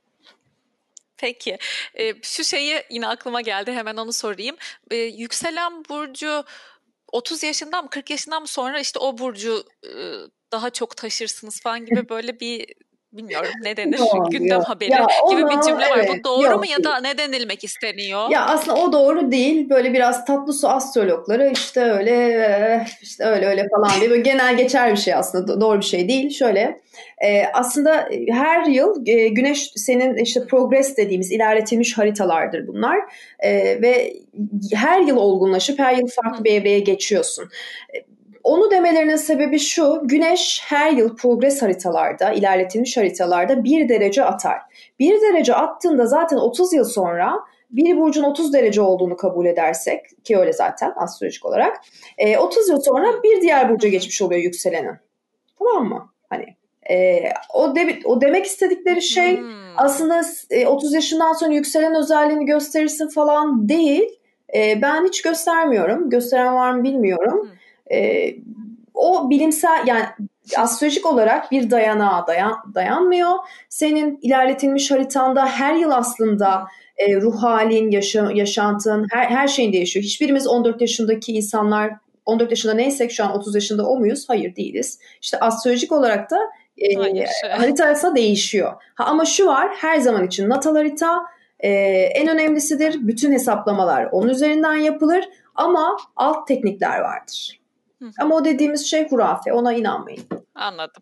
Speaker 1: Peki. Ee, şu şeyi yine aklıma geldi. Hemen onu sorayım. Ee, yükselen burcu otuz yaşından mı kırk yaşından mı sonra işte o burcu e, daha çok taşırsınız falan gibi böyle bir bilmiyorum ne denir
Speaker 2: Yok,
Speaker 1: gündem
Speaker 2: yok.
Speaker 1: haberi
Speaker 2: Ya onu,
Speaker 1: gibi bir cümle var.
Speaker 2: evet,
Speaker 1: Bu doğru
Speaker 2: yok
Speaker 1: mu ya
Speaker 2: değil.
Speaker 1: da ne denilmek isteniyor?
Speaker 2: Ya aslında o doğru değil. Böyle biraz tatlı su astrologları işte öyle işte öyle öyle falan diye böyle genel geçer bir şey aslında. Doğru bir şey değil. Şöyle e, aslında her yıl e, Güneş senin işte progress dediğimiz ilerletilmiş haritalardır bunlar. E, ve her yıl olgunlaşıp her yıl farklı bir evreye geçiyorsun. E, Onu demelerinin sebebi şu, Güneş her yıl progres haritalarda, ilerletilmiş haritalarda bir derece atar. Bir derece attığında zaten otuz yıl sonra bir burcun otuz derece olduğunu kabul edersek, ki öyle zaten astrolojik olarak, otuz yıl sonra bir diğer burca geçmiş oluyor yükselenin. Tamam mı? Hani e, o, de, o demek istedikleri şey hmm. aslında e, otuz yaşından sonra yükselen özelliğini gösterirsin falan değil. E, ben hiç göstermiyorum. Gösteren var mı bilmiyorum. E, o bilimsel yani astrolojik olarak bir dayanağa dayan, dayanmıyor. Senin ilerletilmiş haritanda her yıl aslında e, ruh halin, yaşa, yaşantın, her, her şeyin değişiyor. Hiçbirimiz on dört yaşındaki insanlar, on dört yaşında neysek şu an otuz yaşında o muyuz? Hayır değiliz. İşte astrolojik olarak da e, haritası değişiyor. Ha, ama şu var, her zaman için natal harita e, en önemlisidir. Bütün hesaplamalar onun üzerinden yapılır ama alt teknikler vardır. Hı hı. Ama o dediğimiz şey hurafe, ona inanmayın.
Speaker 1: Anladım.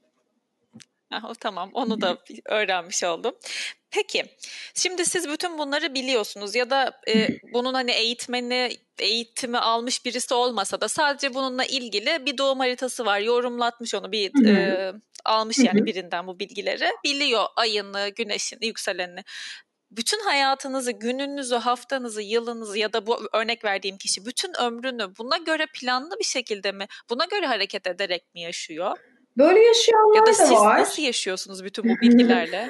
Speaker 1: Ah, tamam, onu da öğrenmiş oldum. Peki, şimdi siz bütün bunları biliyorsunuz ya da e, bunun hani eğitmeni, eğitimi almış birisi olmasa da sadece bununla ilgili bir doğum haritası var, yorumlatmış onu bir e, almış yani birinden bu bilgileri, biliyor ayını, güneşini, yükselenini. Bütün hayatınızı, gününüzü, haftanızı, yılınızı ya da bu örnek verdiğim kişi bütün ömrünü buna göre planlı bir şekilde mi, buna göre hareket ederek mi yaşıyor?
Speaker 2: Böyle yaşayanlar
Speaker 1: ya da,
Speaker 2: da
Speaker 1: siz
Speaker 2: var.
Speaker 1: nasıl yaşıyorsunuz bütün bu bilgilerle?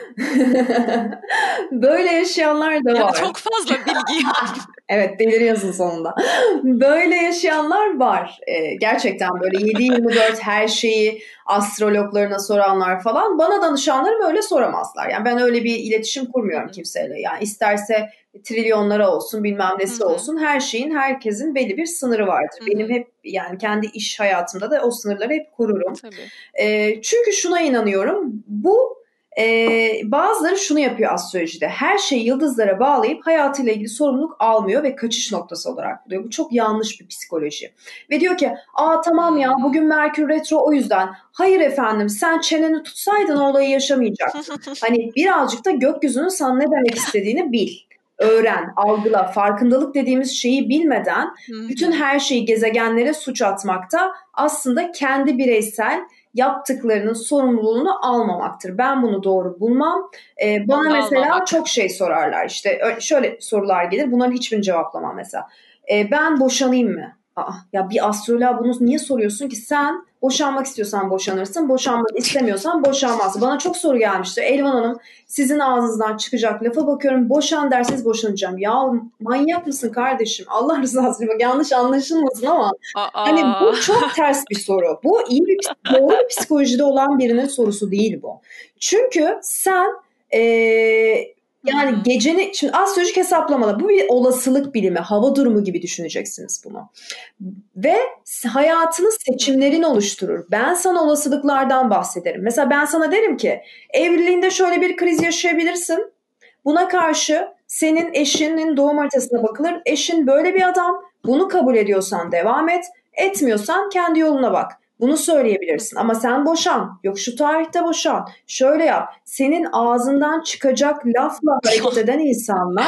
Speaker 2: Böyle yaşayanlar da
Speaker 1: yani
Speaker 2: var.
Speaker 1: Yani çok fazla bilgi.
Speaker 2: Evet, deliriyorsun sonunda. Böyle yaşayanlar var. Ee, gerçekten böyle yedi yirmi dört her şeyi astrologlarına soranlar falan. Bana danışanlarım öyle soramazlar. Yani ben öyle bir iletişim kurmuyorum kimseyle. Yani isterse trilyonlara olsun, bilmem nesi Hı-hı. olsun. Her şeyin, herkesin belli bir sınırı vardır. Hı-hı. Benim hep yani kendi iş hayatımda da o sınırları hep korurum. Ee, çünkü şuna inanıyorum. Bu Ee, bazıları şunu yapıyor astrolojide. Her şeyi yıldızlara bağlayıp hayatıyla ilgili sorumluluk almıyor ve kaçış noktası olarak buluyor. Bu çok yanlış bir psikoloji. Ve diyor ki aa tamam ya bugün Merkür Retro o yüzden. Hayır efendim sen çeneni tutsaydın o olayı yaşamayacaktın. Hani birazcık da gökyüzünün sana ne demek istediğini bil. Öğren, algıla, farkındalık dediğimiz şeyi bilmeden bütün her şeyi gezegenlere suç atmakta aslında kendi bireysel yaptıklarının sorumluluğunu almamaktır. Ben bunu doğru bulmam. Ee, bana
Speaker 1: Almamak.
Speaker 2: mesela çok şey sorarlar. İşte şöyle sorular gelir. Bunların hiçbirini cevaplamam mesela. Ee, ben boşanayım mı? Aa, ya bir astroloğa bunu niye soruyorsun ki? Sen boşanmak istiyorsan boşanırsın. Boşanmak istemiyorsan boşanmazsın. Bana çok soru gelmişti. Elvan Hanım sizin ağzınızdan çıkacak lafa bakıyorum. Boşan derseniz boşanacağım. Ya manyak mısın kardeşim? Allah rızası için. Bak, yanlış anlaşılmasın ama
Speaker 1: Aa.
Speaker 2: hani bu çok ters bir soru. Bu iyi bir doğru bir psikolojide olan birinin sorusu değil bu. Çünkü sen eee yani
Speaker 1: Hı-hı.
Speaker 2: geceni, şimdi astrolojik hesaplamada bu bir olasılık bilimi, hava durumu gibi düşüneceksiniz bunu. Ve hayatını seçimlerin oluşturur. Ben sana olasılıklardan bahsederim. Mesela ben sana derim ki evliliğinde şöyle bir kriz yaşayabilirsin. Buna karşı senin eşinin doğum haritasına bakılır. Eşin böyle bir adam. Bunu kabul ediyorsan devam et. Etmiyorsan kendi yoluna bak. Bunu söyleyebilirsin ama sen boşan. Yok şu tarihte boşan. Şöyle yap. Senin ağzından çıkacak lafla hareket eden insanlar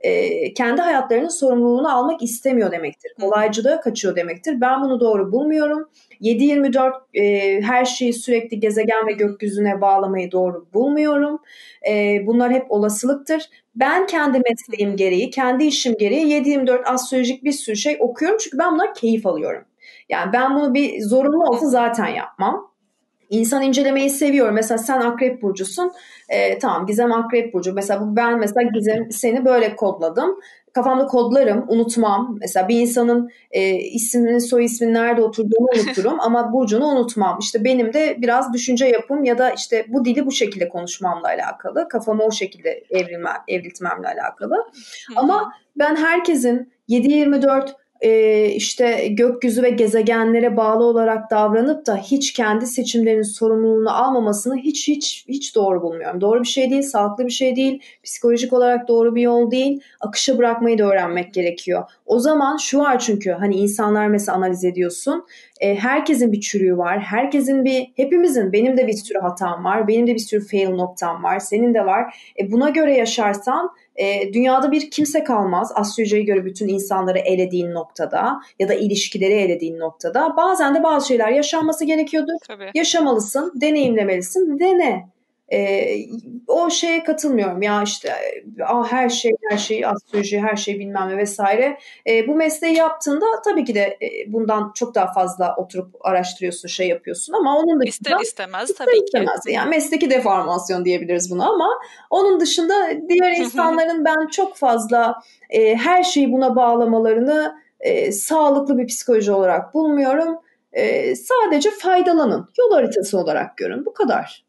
Speaker 2: e, kendi hayatlarının sorumluluğunu almak istemiyor demektir. Kolaycılığa kaçıyor demektir. Ben bunu doğru bulmuyorum. yedi yirmi dört e, her şeyi sürekli gezegen ve gökyüzüne bağlamayı doğru bulmuyorum. E, bunlar hep olasılıktır. Ben kendi mesleğim gereği, kendi işim gereği yedi yirmi dört astrolojik bir sürü şey okuyorum. Çünkü ben bundan keyif alıyorum. Yani ben bunu bir zorunlu olsa zaten yapmam. İnsan incelemeyi seviyorum. Mesela sen Akrep Burcu'sun. Ee, tamam Gizem Akrep Burcu. Mesela ben mesela Gizem seni böyle kodladım. Kafamda kodlarım, unutmam. Mesela bir insanın e, isminin, soy isminin nerede oturduğunu unuturum ama burcunu unutmam. İşte benim de biraz düşünce yapım ya da işte bu dili bu şekilde konuşmamla alakalı. Kafamı o şekilde evrilme, evriltmemle alakalı. Ama ben herkesin yedi yirmi dört Ee, işte gökyüzü ve gezegenlere bağlı olarak davranıp da hiç kendi seçimlerinin sorumluluğunu almamasını hiç hiç hiç doğru bulmuyorum. Doğru bir şey değil, sağlıklı bir şey değil, psikolojik olarak doğru bir yol değil. Akışa bırakmayı da öğrenmek gerekiyor. O zaman şu var çünkü hani insanlar mesela analiz ediyorsun. E, herkesin bir çürüğü var. Herkesin bir, hepimizin, benim de bir sürü hatam var. Benim de bir sürü fail noktam var. Senin de var. E, buna göre yaşarsan e, dünyada bir kimse kalmaz. Astrolojiye göre bütün insanları elediğin noktada ya da ilişkileri elediğin noktada. Bazen de bazı şeyler yaşanması gerekiyordur.
Speaker 1: Tabii.
Speaker 2: Yaşamalısın, deneyimlemelisin. Dene. Ee, o şeye katılmıyorum ya işte ah, her şey her şey astroloji her şey bilmem ne vesaire. Ee, bu mesleği yaptığında tabii ki de e, bundan çok daha fazla oturup araştırıyorsun, şey yapıyorsun ama onun dışında
Speaker 1: ister istemez
Speaker 2: ister
Speaker 1: tabii
Speaker 2: istemez.
Speaker 1: ki.
Speaker 2: Yani mesleki deformasyon diyebiliriz buna ama onun dışında diğer insanların ben çok fazla e, her şeyi buna bağlamalarını e, sağlıklı bir psikoloji olarak bulmuyorum. E, sadece faydalanın. Yol haritası olarak görün. Bu kadar.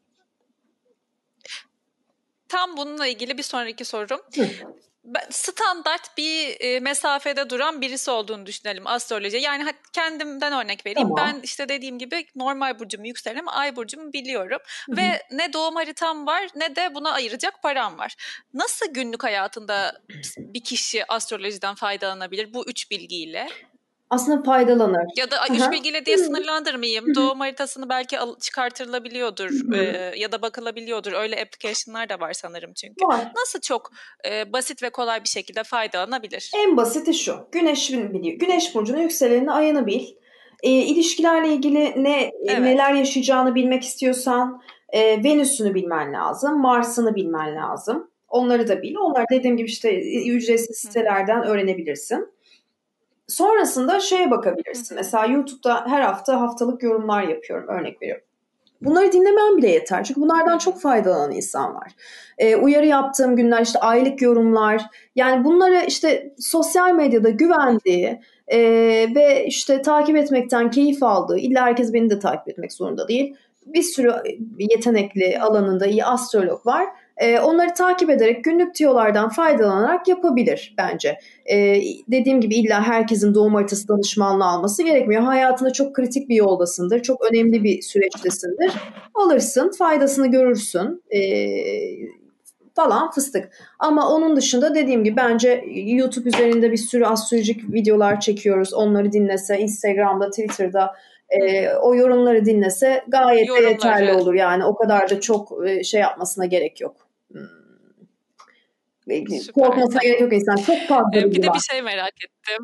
Speaker 1: Tam bununla ilgili bir sonraki sorum.
Speaker 2: Hı.
Speaker 1: Ben, standart bir e, mesafede duran birisi olduğunu düşünelim astroloji. Yani kendimden örnek vereyim.
Speaker 2: Tamam.
Speaker 1: Ben işte dediğim gibi normal burcumu, yükselenim, ay burcumu biliyorum.
Speaker 2: Hı-hı.
Speaker 1: Ve ne doğum haritam var ne de buna ayıracak param var. Nasıl günlük hayatında bir kişi astrolojiden faydalanabilir bu üç bilgiyle?
Speaker 2: Aslında faydalanır.
Speaker 1: Ya da üç bilgiyle diye sınırlandırmayayım. Hı-hı. Doğum haritasını belki al- çıkartılabiliyordur e, ya da bakılabiliyordur. Öyle application'lar da var sanırım çünkü. Var. Nasıl çok e, basit ve kolay bir şekilde faydalanabilir?
Speaker 2: En basiti şu. Güneş'ini biliyor. Güneş burcunu, yükselenini, ayını bil. E, ilişkilerle ilgili ne evet. neler yaşayacağını bilmek istiyorsan e, Venüs'ünü bilmen lazım. Mars'ını bilmen lazım. Onları da bil. Onlar dediğim gibi işte ücretsiz sitelerden Hı-hı. öğrenebilirsin. Sonrasında şeye bakabilirsin. Mesela YouTube'da her hafta haftalık yorumlar yapıyorum. Örnek veriyorum. Bunları dinlemen bile yeter. Çünkü bunlardan çok faydalanan insan var. Ee, uyarı yaptığım günler işte aylık yorumlar. Yani bunları işte sosyal medyada güvendiği e, ve işte takip etmekten keyif aldığı, illa herkes beni de takip etmek zorunda değil. Bir sürü yetenekli alanında iyi astrolog var. E, onları takip ederek günlük tüyolardan faydalanarak yapabilir bence. E, dediğim gibi illa herkesin doğum haritası danışmanlığı alması gerekmiyor. Hayatında çok kritik bir yoldasındır, çok önemli bir süreçtesindir. Alırsın, faydasını görürsün. E, falan fıstık. Ama onun dışında dediğim gibi bence YouTube üzerinde bir sürü astrolojik videolar çekiyoruz. Onları dinlese, Instagram'da, Twitter'da e, o yorumları dinlese gayet de yeterli olur. Yani o kadar da çok e, şey yapmasına gerek yok. Hmm.
Speaker 1: Süper,
Speaker 2: Korkmasına
Speaker 1: tamam.
Speaker 2: gerek yok insan. Çok fazla
Speaker 1: Ee, bir
Speaker 2: bilgi
Speaker 1: de
Speaker 2: var.
Speaker 1: bir şey merak ettim.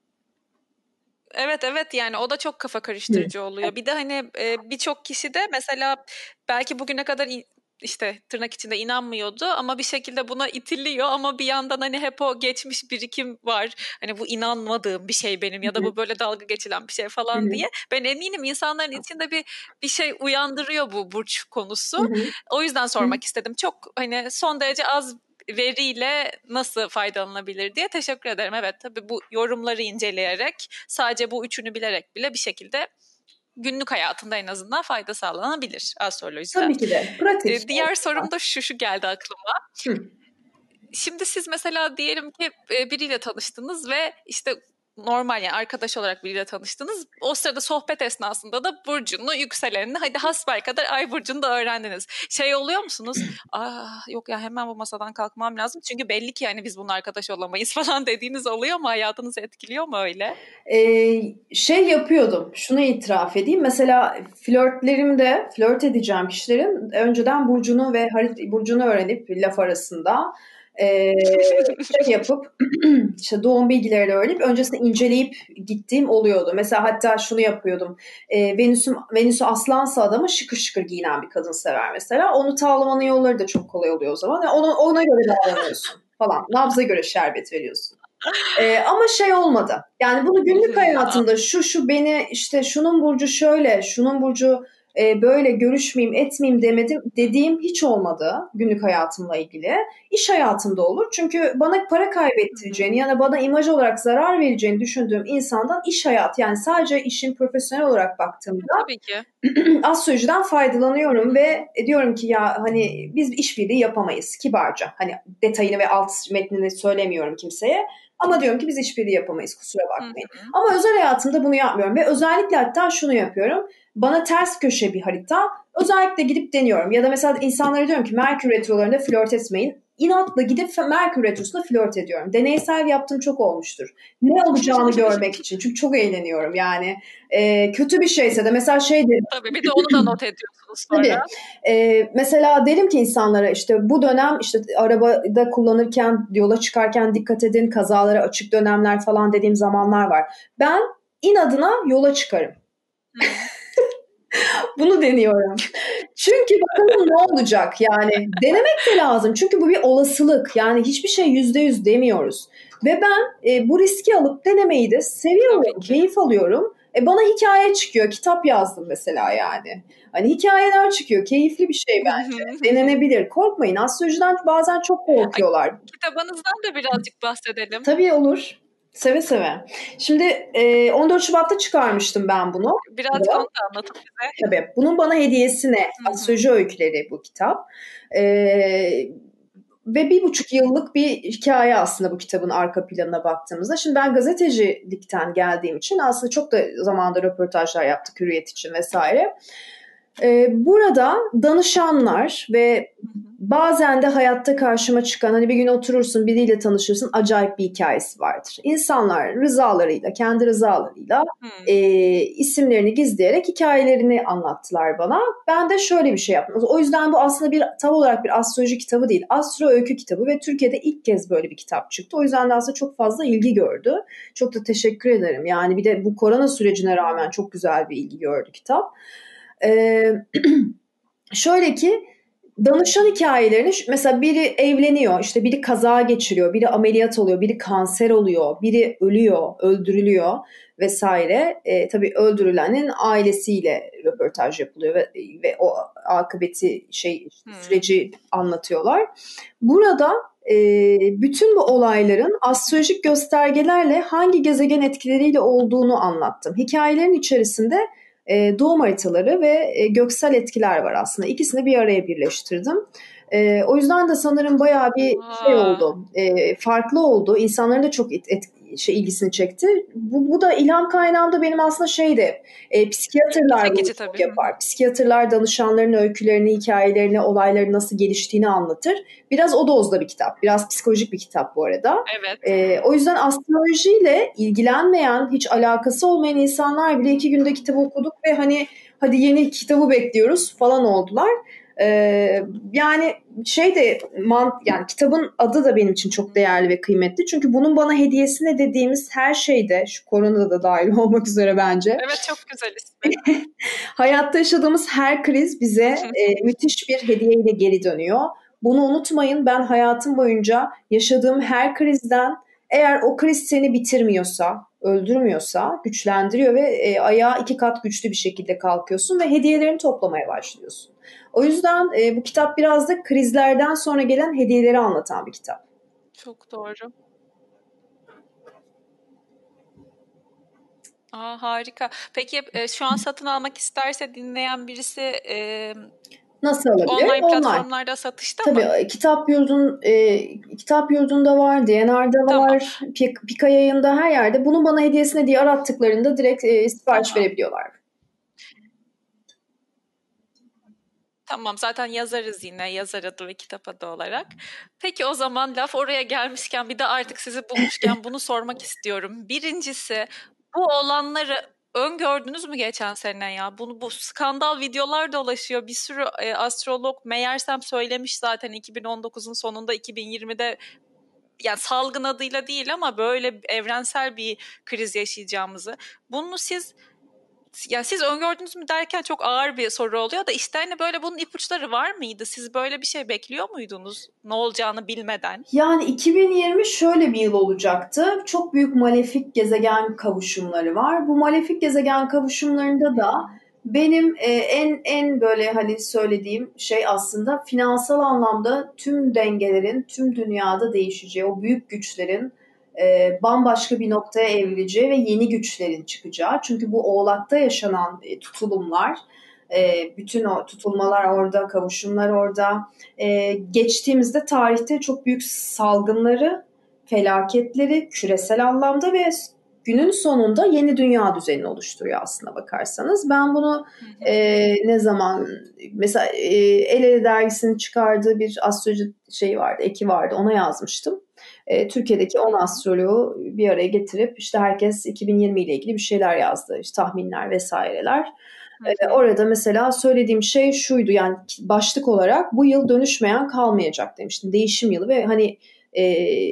Speaker 1: Evet evet yani o da çok kafa karıştırıcı Hı. oluyor. Bir de hani e, birçok kişi de mesela belki bugüne kadar in, işte tırnak içinde inanmıyordu ama bir şekilde buna itiliyor ama bir yandan hani hep o geçmiş birikim var. Hani bu inanmadığım bir şey benim ya da bu böyle dalga geçilen bir şey falan Hı-hı. diye. Ben eminim insanların içinde bir bir şey uyandırıyor bu burç konusu. Hı-hı. O yüzden sormak Hı-hı. istedim. Çok hani son derece az veriyle nasıl faydalanabilir diye teşekkür ederim. Evet tabii bu yorumları inceleyerek sadece bu üçünü bilerek bile bir şekilde günlük hayatında en azından fayda sağlanabilir astrolojiden.
Speaker 2: Tabii ki de. Pratik.
Speaker 1: Ee, diğer sorum da şu şu geldi aklıma. Hı. Şimdi siz mesela diyelim ki biriyle tanıştınız ve işte normal yani arkadaş olarak biriyle tanıştınız. O sırada sohbet esnasında da burcunu, yükselenini hadi hasbelkader ay burcunu da öğrendiniz. Şey oluyor musunuz? Aa yok ya hemen bu masadan kalkmam lazım. Çünkü belli ki yani biz bununla arkadaş olamayız falan dediğiniz oluyor mu? Hayatınızı etkiliyor mu öyle?
Speaker 2: Ee, şey yapıyordum. Şunu itiraf edeyim. Mesela flörtlerimde flört edeceğim kişilerin önceden burcunu ve harit burcunu öğrenip laf arasında Ee, şey yapıp işte doğum bilgilerini öğrenip öncesinde inceleyip gittiğim oluyordu. Mesela hatta şunu yapıyordum. Ee, Venüs'üm Venüs'ü aslansa adamı şıkır şıkır giyinen bir kadın sever mesela. Onu tavlamanın yolları da çok kolay oluyor o zaman. Yani ona, ona göre davranıyorsun falan. Nabza göre şerbet veriyorsun. Ee, ama şey olmadı. Yani bunu günlük hayatımda şu şu beni işte şunun burcu şöyle, şunun burcu e, böyle görüşmeyeyim, etmeyeyim demedim dediğim hiç olmadı günlük hayatımla ilgili. İş hayatımda olur. Çünkü bana para kaybettireceğini ya da bana imaj olarak zarar vereceğini düşündüğüm insandan iş hayatı yani sadece işin profesyonel olarak baktığımda
Speaker 1: Tabii ki.
Speaker 2: astrolojiden faydalanıyorum ve diyorum ki ya hani biz işbirliği yapamayız kibarca. Hani detayını ve alt metnini söylemiyorum kimseye. Ama diyorum ki biz işbirliği yapamayız kusura bakmayın. Hı hı. Ama özel hayatımda bunu yapmıyorum ve özellikle hatta şunu yapıyorum. Bana ters köşe bir harita özellikle gidip deniyorum. Ya da mesela insanlara diyorum ki Merkür retrolarında flört etmeyin. İnatla gidip Merkür retrosunda flört ediyorum. Deneysel yaptığım çok olmuştur. Ne olacağını görmek için. Çünkü çok eğleniyorum yani. E, kötü bir şeyse de mesela şey derim.
Speaker 1: Tabii bir de onu da not ediyorsunuz sonra.
Speaker 2: Tabii. E, mesela derim ki insanlara işte bu dönem işte arabada kullanırken yola çıkarken dikkat edin kazalara açık dönemler falan dediğim zamanlar var. Ben inadına yola çıkarım. Bunu deniyorum. Çünkü bakalım ne olacak yani denemek de lazım. Çünkü bu bir olasılık yani hiçbir şey yüzde yüz demiyoruz. Ve ben e, bu riski alıp denemeyi de seviyorum, keyif alıyorum. E, bana hikaye çıkıyor, kitap yazdım mesela yani. Hani hikayeler çıkıyor, keyifli bir şey bence. Denenebilir. Korkmayın, astrolojiden bazen çok korkuyorlar.
Speaker 1: Ay, kitabınızdan da birazcık bahsedelim.
Speaker 2: Tabii olur. Seve seve. Şimdi e, on dört Şubat'ta çıkarmıştım ben bunu.
Speaker 1: Birazcık onu da anlatın bize.
Speaker 2: Tabii. Bunun bana hediyesi ne? Astroloji öyküleri bu kitap. E, ve bir buçuk yıllık bir hikaye aslında bu kitabın arka planına baktığımızda. Şimdi ben gazetecilikten geldiğim için aslında çok da zamanda röportajlar yaptık Hürriyet için vesaire. Ee, burada danışanlar ve bazen de hayatta karşıma çıkan hani bir gün oturursun biriyle tanışırsın acayip bir hikayesi vardır. İnsanlar rızalarıyla kendi rızalarıyla hmm. e, isimlerini gizleyerek hikayelerini anlattılar bana. Ben de şöyle bir şey yaptım. O yüzden bu aslında bir tam olarak bir astroloji kitabı değil. Astro öykü kitabı ve Türkiye'de ilk kez böyle bir kitap çıktı. O yüzden de aslında çok fazla ilgi gördü. Çok da teşekkür ederim. Yani bir de bu korona sürecine rağmen çok güzel bir ilgi gördü kitap. Ee, şöyle ki danışan hikayelerini mesela biri evleniyor işte biri kaza geçiriyor biri ameliyat oluyor biri kanser oluyor biri ölüyor öldürülüyor vesaire e, tabii öldürülenin ailesiyle röportaj yapılıyor ve, ve o akıbeti şey hmm. süreci anlatıyorlar burada e, bütün bu olayların astrolojik göstergelerle hangi gezegen etkileriyle olduğunu anlattım hikayelerin içerisinde doğum haritaları ve göksel etkiler var aslında. İkisini bir araya birleştirdim. E, o yüzden de sanırım bayağı bir şey
Speaker 1: Aa,
Speaker 2: oldu. E, farklı oldu. İnsanların da çok et, et, şey ilgisini çekti. Bu, bu da ilham kaynağım da benim aslında şeydi. E,
Speaker 1: ilgi
Speaker 2: psikiyatrlar bunu
Speaker 1: çekici
Speaker 2: çok
Speaker 1: tabii. Hı hı.
Speaker 2: yapar. Psikiyatrlar danışanların öykülerini, hikayelerini, olayların nasıl geliştiğini anlatır. Biraz o dozda bir kitap. Biraz psikolojik bir kitap bu arada.
Speaker 1: Evet.
Speaker 2: E, o yüzden astrolojiyle ilgilenmeyen, hiç alakası olmayan insanlar bile iki günde kitabı okuduk ve hani hadi yeni kitabı bekliyoruz falan oldular. Ee, yani şey de man, yani kitabın adı da benim için çok değerli ve kıymetli. Çünkü bunun bana hediyesine dediğimiz her şeyde, şu koronada da dahil olmak üzere bence,
Speaker 1: Evet, çok güzel ismi.
Speaker 2: hayatta yaşadığımız her kriz bize e, müthiş bir hediyeyle geri dönüyor. Bunu unutmayın. Ben hayatım boyunca yaşadığım her krizden, eğer o kriz seni bitirmiyorsa, öldürmüyorsa, güçlendiriyor ve e, ayağa iki kat güçlü bir şekilde kalkıyorsun ve hediyelerini toplamaya başlıyorsun. O yüzden e, bu kitap biraz da krizlerden sonra gelen hediyeleri anlatan bir kitap.
Speaker 1: Çok doğru. Aa, harika. Peki e, şu an satın almak isterse dinleyen birisi e,
Speaker 2: Nasıl alabilir?
Speaker 1: online
Speaker 2: Online.
Speaker 1: platformlarda satışta
Speaker 2: Tabii
Speaker 1: mı?
Speaker 2: e, kitap yurdun e, kitap yurdunda var, D N R'da
Speaker 1: Tamam.
Speaker 2: var, Pika, Pika Yayın'da her yerde. Bunu bana hediyesine diye arattıklarında direkt e, sipariş
Speaker 1: Tamam.
Speaker 2: verebiliyorlar.
Speaker 1: Tamam, zaten yazarız yine yazar adı ve kitap adı olarak. Peki o zaman laf oraya gelmişken bir de artık sizi bulmuşken bunu sormak istiyorum. Birincisi, bu olanları öngördünüz mü geçen sene ya? Bunu bu skandal videolar dolaşıyor. Bir sürü e, astrolog meğersem söylemiş zaten iki bin on dokuzun sonunda iki bin yirmide, yani salgın adıyla değil ama böyle evrensel bir kriz yaşayacağımızı. Bunu siz yani siz öngördünüz mü derken çok ağır bir soru oluyor da işte hani böyle bunun ipuçları var mıydı? Siz böyle bir şey bekliyor muydunuz ne olacağını bilmeden?
Speaker 2: Yani iki bin yirmi şöyle bir yıl olacaktı. Çok büyük malefik gezegen kavuşumları var. Bu malefik gezegen kavuşumlarında da benim e, en en böyle hani söylediğim şey aslında finansal anlamda tüm dengelerin tüm dünyada değişeceği, o büyük güçlerin e, bambaşka bir noktaya evrileceği ve yeni güçlerin çıkacağı. Çünkü bu Oğlak'ta yaşanan e, tutulumlar, e, bütün o tutulmalar orada, kavuşumlar orada. E, geçtiğimizde tarihte çok büyük salgınları, felaketleri küresel anlamda ve günün sonunda yeni dünya düzenini oluşturuyor aslına bakarsanız. Ben bunu e, ne zaman mesela e, El Ele dergisinin çıkardığı bir astroloji şeyi vardı, eki vardı, ona yazmıştım. E, Türkiye'deki on astroloğu bir araya getirip işte herkes iki bin yirmi ile ilgili bir şeyler yazdı, işte tahminler vesaireler. Ee, orada mesela söylediğim şey şuydu, yani başlık olarak bu yıl dönüşmeyen kalmayacak demiştim. Değişim yılı ve hani e,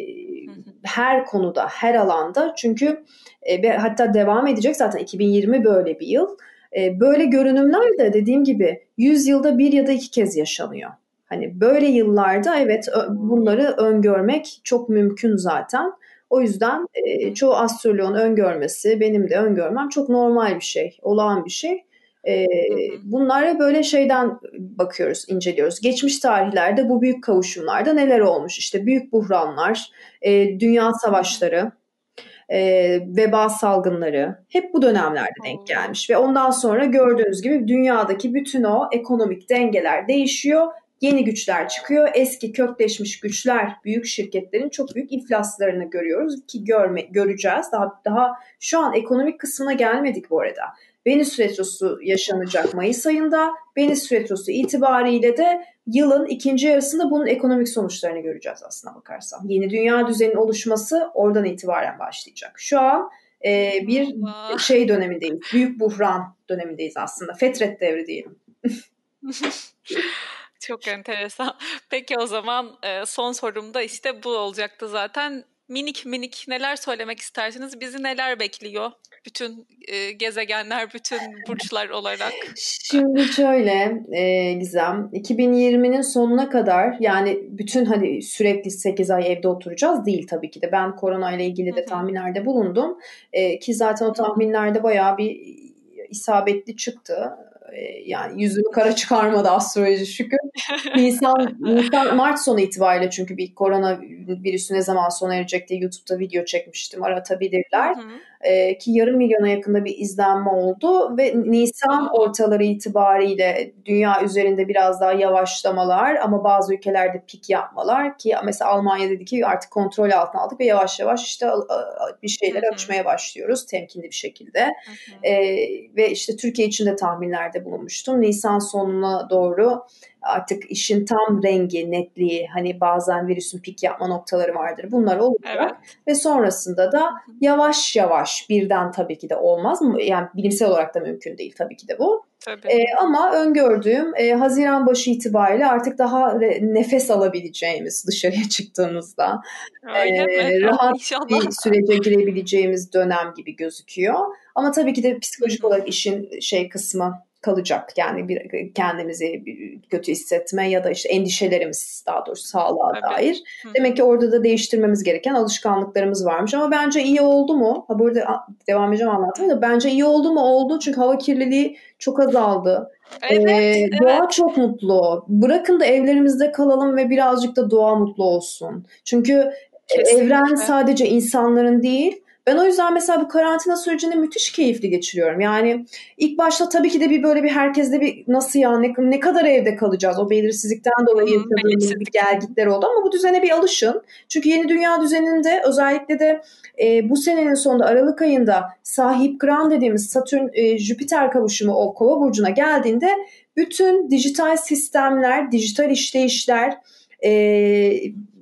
Speaker 2: her konuda, her alanda, çünkü e, hatta devam edecek zaten, iki bin yirmi böyle bir yıl. E, böyle görünümler de dediğim gibi yüz yılda bir ya da iki kez yaşanıyor. Hani böyle yıllarda evet bunları öngörmek çok mümkün zaten. O yüzden e, çoğu astroloğun öngörmesi, benim de öngörmem çok normal bir şey, olağan bir şey. Ee, bunlara böyle şeyden bakıyoruz, inceliyoruz. Geçmiş tarihlerde bu büyük kavuşumlarda neler olmuş? İşte büyük buhranlar, e, dünya savaşları, e, veba salgınları hep bu dönemlerde denk gelmiş. Ve ondan sonra gördüğünüz gibi dünyadaki bütün o ekonomik dengeler değişiyor. Yeni güçler çıkıyor. Eski kökleşmiş güçler, büyük şirketlerin çok büyük iflaslarını görüyoruz ki görme, göreceğiz. Daha daha şu an ekonomik kısmına gelmedik bu arada. Venüs retrosu yaşanacak Mayıs ayında. Venüs retrosu itibariyle de yılın ikinci yarısında bunun ekonomik sonuçlarını göreceğiz aslına bakarsan. Yeni dünya düzeninin oluşması oradan itibaren başlayacak. Şu an e, bir şey dönemindeyiz. Büyük buhran dönemindeyiz aslında. Fetret devri diyelim.
Speaker 1: Çok enteresan. Peki o zaman son sorum da işte bu olacaktı zaten. Minik minik neler söylemek istersiniz? Bizi neler bekliyor? Bütün e, gezegenler, bütün burçlar olarak.
Speaker 2: Şimdi şöyle e, Gizem, iki bin yirminin sonuna kadar, yani bütün hani sürekli sekiz ay evde oturacağız değil tabii ki de. Ben korona ile ilgili de tahminlerde bulundum. E, ki zaten o tahminlerde bayağı bir isabetli çıktı. Yani yüzünü kara çıkarmadı astroloji şükür. Nisan, Nisan, Mart sonu itibariyle, çünkü bir korona virüsü ne zaman sona erecek diye YouTube'da video çekmiştim. Aratabilirler. Hı hı. e, ki yarım milyona yakında bir izlenme oldu ve Nisan ortaları itibariyle dünya üzerinde biraz daha yavaşlamalar ama bazı ülkelerde pik yapmalar ki mesela Almanya dedi ki artık kontrol altına aldık ve yavaş yavaş işte bir şeyler açmaya başlıyoruz temkinli bir şekilde. E, ve işte Türkiye için de tahminlerde bulunmuştum. Nisan sonuna doğru artık işin tam rengi, netliği, hani bazen virüsün pik yapma noktaları vardır. Bunlar olacak evet. Ve sonrasında da yavaş yavaş birden tabii ki de olmaz. Yani bilimsel olarak da mümkün değil tabii ki de bu. Ee, ama öngördüğüm e, Haziran başı itibariyle artık daha re- nefes alabileceğimiz dışarıya çıktığımızda e, rahat İnşallah. Bir sürece girebileceğimiz dönem gibi gözüküyor. Ama tabii ki de psikolojik olarak işin şey kısmı kalacak. Yani bir, kendimizi bir kötü hissetme ya da işte endişelerimiz daha doğrusu sağlığa evet. dair. Hı-hı. Demek ki orada da değiştirmemiz gereken alışkanlıklarımız varmış. Ama bence iyi oldu mu? Ha burada devam edeceğim anlatmaya da bence iyi oldu mu? Oldu. Çünkü hava kirliliği çok azaldı. Evet, ee, evet. Doğa çok mutlu. Bırakın da evlerimizde kalalım ve birazcık da doğa mutlu olsun. Çünkü kesinlikle. Evren sadece insanların değil. Ben o yüzden mesela bu karantina sürecini müthiş keyifli geçiriyorum. Yani ilk başta tabii ki de bir böyle bir herkeste bir nasıl ya ne, ne kadar evde kalacağız o belirsizlikten dolayı yaşadığımız bir gelgitler oldu ama bu düzene bir alışın. Çünkü yeni dünya düzeninde özellikle de e, bu senenin sonunda Aralık ayında sahip kıran dediğimiz Satürn e, Jüpiter kavuşumu o Kova burcuna geldiğinde bütün dijital sistemler, dijital işleyişler e,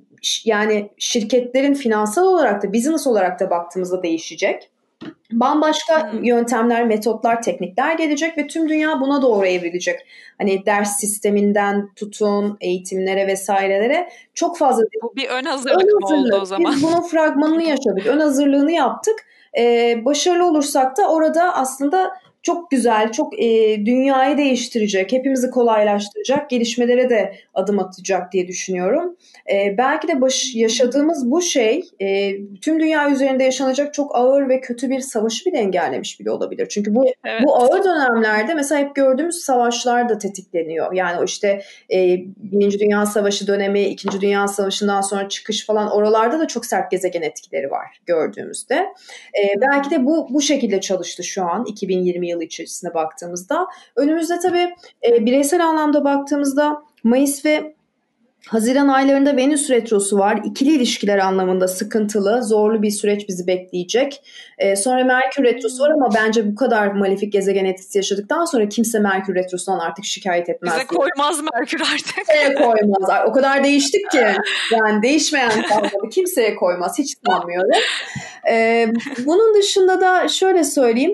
Speaker 2: yani şirketlerin finansal olarak da business olarak da baktığımızda değişecek. Bambaşka hmm. yöntemler, metotlar, teknikler gelecek ve tüm dünya buna doğru evrilecek. Hani ders sisteminden tutun, eğitimlere vesairelere çok fazla...
Speaker 1: Bu bir ön hazırlık, ön hazırlık. mı oldu o zaman?
Speaker 2: Biz bunun fragmanını yaşadık, ön hazırlığını yaptık. Ee, başarılı olursak da orada aslında çok güzel, çok e, dünyayı değiştirecek, hepimizi kolaylaştıracak, gelişmelere de adım atacak diye düşünüyorum. E, belki de baş, yaşadığımız bu şey e, tüm dünya üzerinde yaşanacak çok ağır ve kötü bir savaşı bile engellemiş bile olabilir. Çünkü bu evet. bu ağır dönemlerde mesela hep gördüğümüz savaşlar da tetikleniyor. Yani o işte e, Birinci Dünya Savaşı dönemi, İkinci Dünya Savaşı'ndan sonra çıkış falan oralarda da çok sert gezegen etkileri var gördüğümüzde. E, belki de bu bu şekilde çalıştı şu an iki bin yirmi yılı içerisinde baktığımızda. Önümüzde tabii e, bireysel anlamda baktığımızda Mayıs ve Haziran aylarında Venüs retrosu var. İkili ilişkiler anlamında sıkıntılı, zorlu bir süreç bizi bekleyecek. Ee, sonra Merkür retrosu var ama bence bu kadar malefik gezegen etkisi yaşadıktan sonra kimse Merkür retrosundan artık şikayet etmez.
Speaker 1: Bize diye. Koymaz Merkür artık.
Speaker 2: Kimseye koymaz. O kadar değiştik ki. Yani değişmeyen kalmadı. Kimseye koymaz. Hiç sanmıyorum. Ee, bunun dışında da şöyle söyleyeyim.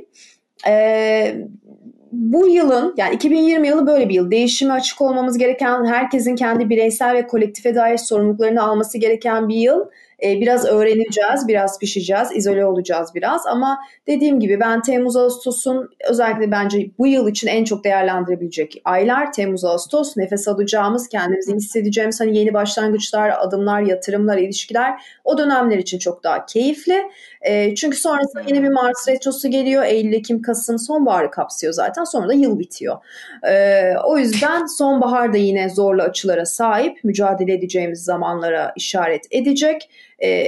Speaker 2: Ee, Bu yılın yani iki bin yirmi yılı böyle bir yıl. Değişime açık olmamız gereken, herkesin kendi bireysel ve kolektife dair sorumluluklarını alması gereken bir yıl. Ee, biraz öğreneceğiz, biraz pişeceğiz, izole olacağız biraz. Ama dediğim gibi ben Temmuz-Ağustos'un özellikle bence bu yıl için en çok değerlendirebilecek aylar. Temmuz-Ağustos nefes alacağımız, kendimizi hissedeceğimiz hani yeni başlangıçlar, adımlar, yatırımlar, ilişkiler o dönemler için çok daha keyifli. E, çünkü sonrasında yeni bir Mars retrosu geliyor. Eylül, Ekim, Kasım sonbaharı kapsıyor zaten. Sonra da yıl bitiyor. E, o yüzden sonbahar da yine zorlu açılara sahip. Mücadele edeceğimiz zamanlara işaret edecek. E,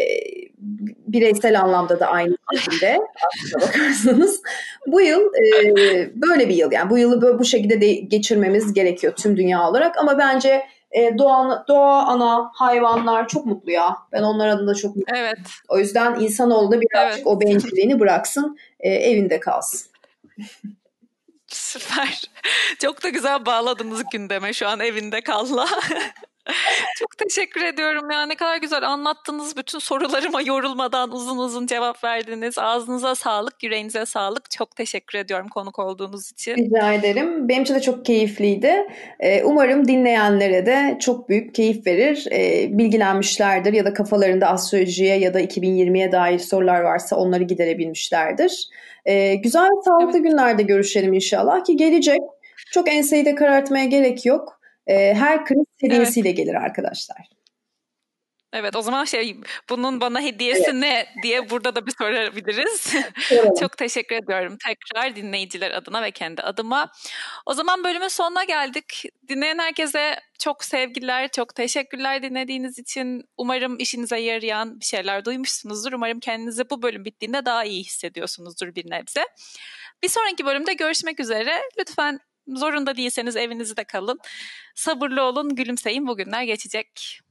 Speaker 2: bireysel anlamda da aynı şekilde aslına bakarsanız. Bu yıl e, böyle bir yıl. Yani bu yılı böyle, bu şekilde de geçirmemiz gerekiyor tüm dünya olarak. Ama bence E, doğa, doğa, ana, hayvanlar çok mutlu ya. Ben onlar adına çok mutluyum.
Speaker 1: Evet.
Speaker 2: O yüzden insanoğlu da birazcık evet. o bencilliğini bıraksın, e, evinde kalsın.
Speaker 1: Süper. Çok da güzel bağladınız gündeme şu an evinde kalla. Çok teşekkür ediyorum ya, ne kadar güzel anlattınız, bütün sorularıma yorulmadan uzun uzun cevap verdiniz. Ağzınıza sağlık, yüreğinize sağlık. Çok teşekkür ediyorum konuk olduğunuz için.
Speaker 2: Rica ederim. Benim için de çok keyifliydi. Umarım dinleyenlere de çok büyük keyif verir. Bilgilenmişlerdir ya da kafalarında astrolojiye ya da iki bin yirmiye dair sorular varsa onları giderebilmişlerdir. Güzel ve sağlıklı evet. günlerde görüşelim inşallah ki gelecek. Çok enseyi de karartmaya gerek yok. Her kriz seviyesiyle evet. gelir arkadaşlar.
Speaker 1: Evet, o zaman şey, bunun bana
Speaker 2: Evet.
Speaker 1: hediyesi ne diye burada da bir sorabiliriz.
Speaker 2: Soralım.
Speaker 1: Çok teşekkür ediyorum tekrar dinleyiciler adına ve kendi adıma. O zaman bölümün sonuna geldik. Dinleyen herkese çok sevgiler, çok teşekkürler dinlediğiniz için. Umarım işinize yarayan bir şeyler duymuşsunuzdur. Umarım kendinizi bu bölüm bittiğinde daha iyi hissediyorsunuzdur bir nebze. Bir sonraki bölümde görüşmek üzere. Lütfen zorunda değilseniz evinizde kalın. Sabırlı olun, gülümseyin. Bugünler geçecek.